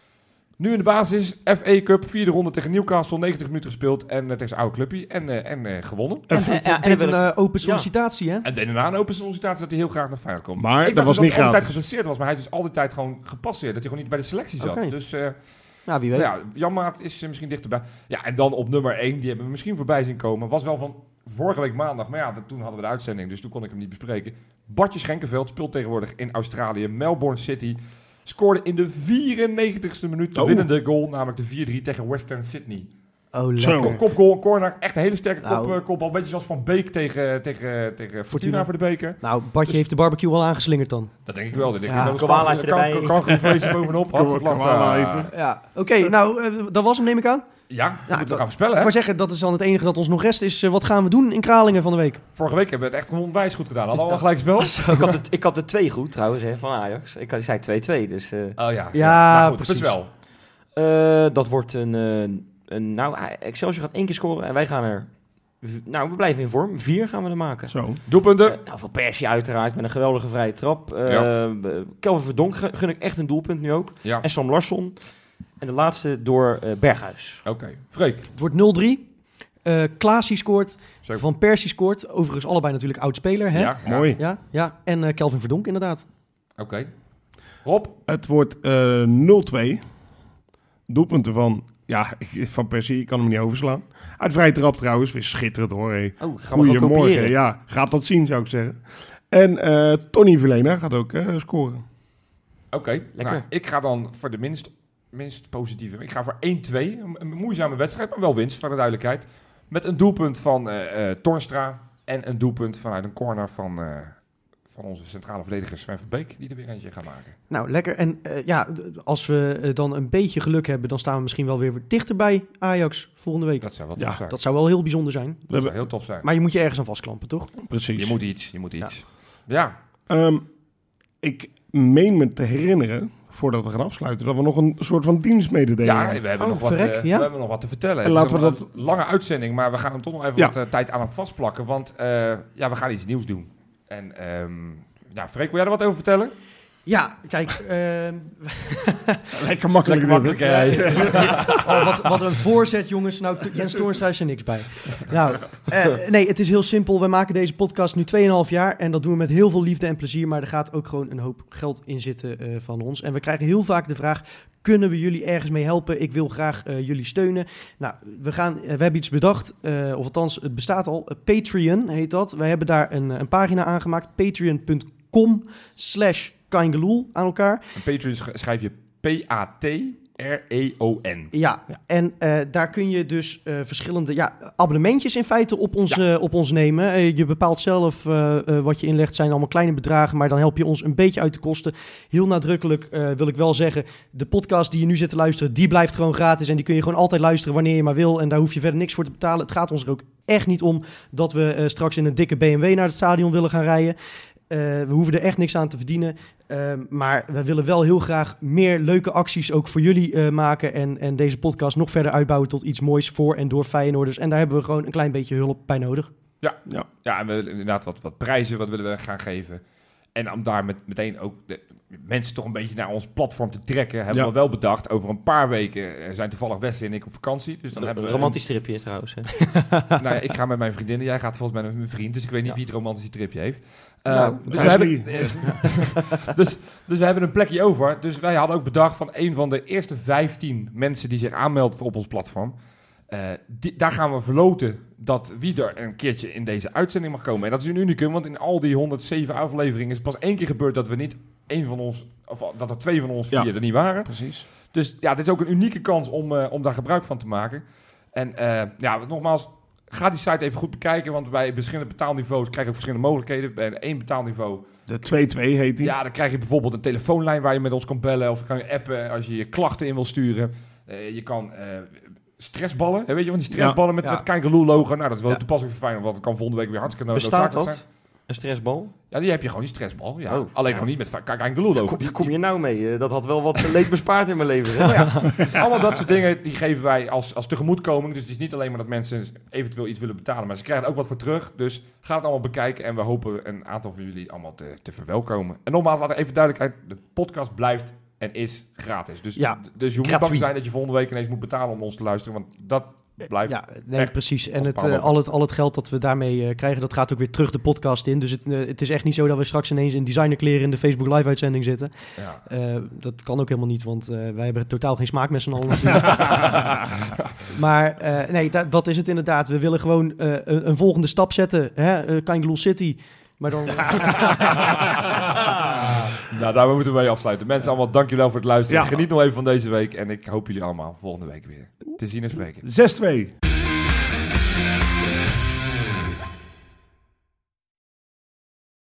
Nu in de basis, FA Cup, 4e ronde tegen Newcastle, 90 minuten gespeeld en tegen zijn oude clubje en gewonnen. En en deed hebben een open sollicitatie, hè? En deed daarna een open sollicitatie dat hij heel graag naar Feyenoord komt. Maar Ik dat dacht was dus niet hij altijd gratis. geblesseerd was, maar hij is dus altijd gewoon gepasseerd. Dat hij gewoon niet bij de selectie zat. Oké. Dus Nou, wie weet. ja, Janmaat is misschien dichterbij. Ja, en dan op nummer 1, die hebben we misschien voorbij zien komen. Was wel van vorige week maandag, maar ja, toen hadden we de uitzending, dus toen kon ik hem niet bespreken. Bartje Schenkenveld speelt tegenwoordig in Australië, Melbourne City. Scoorde in de 94ste minuut de Oh. winnende goal, namelijk de 4-3 tegen Western Sydney. Oh, Zo. lekker. Kopgoal, corner, echt een hele sterke Nou. kopbal. Een beetje zoals Van Beek tegen Fortuna voor de beker. Nou, Bartje heeft de barbecue al aangeslingerd dan. Dat denk ik wel. Dat denk Ja. ik wel. Koalaatje erbij. Kangoeroevlees bovenop. Koala eten. Ja, oké. Nou, dat was hem, neem ik aan. Ja, we moeten dat- gaan voorspellen, Ik hè? wou zeggen, dat is dan het enige dat ons nog rest is. Wat gaan we doen in Kralingen van de week? Vorige week hebben we het echt onwijs goed gedaan. Hadden we al gelijk spel? Ik had de 2 goed trouwens hè, van Ajax. Ik zei 2-2, dus Oh ja. Ja, maar goed, precies. wel. dat wordt nou, Excelsior gaat 1 keer scoren en wij gaan er... Nou, we blijven in vorm. 4 gaan we er maken. Zo. Doelpunten. Nou, van Persie uiteraard met een geweldige vrije trap. Ja. Kelvin Verdonk gun ik echt een doelpunt nu ook. Ja. En Sam Larsson. En de laatste door Berghuis. Oké. Freek. Het wordt 0-3. Klaasie scoort. Zo. Van Persie scoort. Overigens allebei natuurlijk oud-speler, hè? Ja. Mooi. Ja. En Kelvin Verdonk inderdaad. Oké. Rob. Het wordt 0-2. Doelpunten van Persie, ik kan hem niet overslaan. Uit vrije trap trouwens, weer schitterend hoor. Hey. Oh, gaan we gewoon Goedemorgen, kopiëren. ja. Gaat dat zien, zou ik zeggen. En Tony Vilena gaat ook scoren. Oké. Lekker. Nou, ik ga dan voor de minst positieve. Ik ga voor 1-2. Een moeizame wedstrijd, maar wel winst, voor de duidelijkheid. Met een doelpunt van Tornstra. En een doelpunt vanuit een corner van onze centrale verdediger Sven van Beek. Die er weer eentje gaat maken. Nou, lekker. En als we dan een beetje geluk hebben, dan staan we misschien wel weer dichter bij Ajax volgende week. Dat zou wel Ja, tof zijn. Dat zou wel heel bijzonder zijn. Dat zou heel tof zijn. Maar je moet je ergens aan vastklampen, toch? Precies. Je moet iets. Ja. Ik meen me te herinneren, voordat we gaan afsluiten, dat we nog een soort van dienstmededeling Ja, we hebben, verrek, we hebben nog wat te vertellen. En Het is laten we nog een lange uitzending, maar we gaan hem toch nog even wat tijd aan hem vastplakken. Want we gaan iets nieuws doen. En Freek, wil jij er wat over vertellen? Ja, kijk. Lekker makkelijk. Wat een voorzet, jongens. Nou, Jens Toornstra is er niks bij. Nou, nee, het is heel simpel. We maken deze podcast nu 2,5 jaar. En dat doen we met heel veel liefde en plezier. Maar er gaat ook gewoon een hoop geld in zitten van ons. En we krijgen heel vaak de vraag: kunnen we jullie ergens mee helpen? Ik wil graag jullie steunen. Nou, we hebben iets bedacht. Of althans, het bestaat al. Patreon heet dat. We hebben daar een pagina aangemaakt. Patreon.com/Kaingeloel aan elkaar. En Patreon schrijf je Patreon. Ja, en daar kun je dus verschillende abonnementjes in feite op ons nemen. Je bepaalt zelf wat je inlegt. Zijn allemaal kleine bedragen, maar dan help je ons een beetje uit de kosten. Heel nadrukkelijk wil ik wel zeggen, de podcast die je nu zit te luisteren, die blijft gewoon gratis. En die kun je gewoon altijd luisteren wanneer je maar wil. En daar hoef je verder niks voor te betalen. Het gaat ons er ook echt niet om dat we straks in een dikke BMW naar het stadion willen gaan rijden. We hoeven er echt niks aan te verdienen. Maar we willen wel heel graag meer leuke acties ook voor jullie maken. En deze podcast nog verder uitbouwen tot iets moois voor en door Feyenoorders. En daar hebben we gewoon een klein beetje hulp bij nodig. Ja, en we willen inderdaad wat prijzen, wat willen we gaan geven. En om daar meteen ook de mensen toch een beetje naar ons platform te trekken, hebben we wel bedacht. Over een paar weken zijn toevallig Wesley en ik op vakantie. Dus dan hebben we een romantisch tripje trouwens. Hè? Nou ja, ik ga met mijn vriendinnen. Jij gaat volgens mij met mijn vriend. Dus ik weet niet wie het romantische tripje heeft. Dus we hebben een plekje over. Dus wij hadden ook bedacht van een van de eerste 15 mensen die zich aanmeldt op ons platform. Daar gaan we verloten dat wie er een keertje in deze uitzending mag komen. En dat is een unicum, want in al die 107 afleveringen is het pas 1 keer gebeurd dat we niet één van ons, of dat er 2 van ons 4 er niet waren. Precies. Dus ja, dit is ook een unieke kans om daar gebruik van te maken. En nogmaals, ga die site even goed bekijken, want bij verschillende betaalniveaus krijg je ook verschillende mogelijkheden. Bij 1 betaalniveau... De 2-2 heet die. Ja, dan krijg je bijvoorbeeld een telefoonlijn waar je met ons kan bellen, of kan je appen als je je klachten in wil sturen. Je kan... stressballen, weet je van die stressballen met Kaingeloel logo. Nou, dat is wel toepasselijk voor Feyenoord, want het kan volgende week weer hartstikke noodzakelijk zijn. Bestaat dat? Een stressbal? Ja, die heb je gewoon, die stressbal. Ja. Alleen nog niet met Kaingeloel logo. Daar kom je nou mee. Dat had wel wat leed bespaard in mijn leven. Hè? Dus allemaal dat soort dingen, die geven wij als tegemoetkoming. Dus het is niet alleen maar dat mensen eventueel iets willen betalen, maar ze krijgen er ook wat voor terug. Dus ga het allemaal bekijken en we hopen een aantal van jullie allemaal te verwelkomen. En nogmaals, laat er even duidelijkheid, de podcast blijft en is gratis. Dus je hoeft niet bang te zijn dat je volgende week ineens moet betalen om ons te luisteren, want dat blijft. Ja, nee, precies. En al het geld dat we daarmee krijgen, dat gaat ook weer terug de podcast in. Dus het is echt niet zo dat we straks ineens in designerkleren in de Facebook Live uitzending zitten. Ja. Dat kan ook helemaal niet, want wij hebben totaal geen smaak met z'n allen natuurlijk. Maar nee, dat is het inderdaad. We willen gewoon een volgende stap zetten. Kaingeloel City. Maar dan... Nou, daar moeten we mee afsluiten. Mensen, allemaal dank jullie wel voor het luisteren. Ja. Geniet nog even van deze week. En ik hoop jullie allemaal volgende week weer te zien en spreken. 6-2.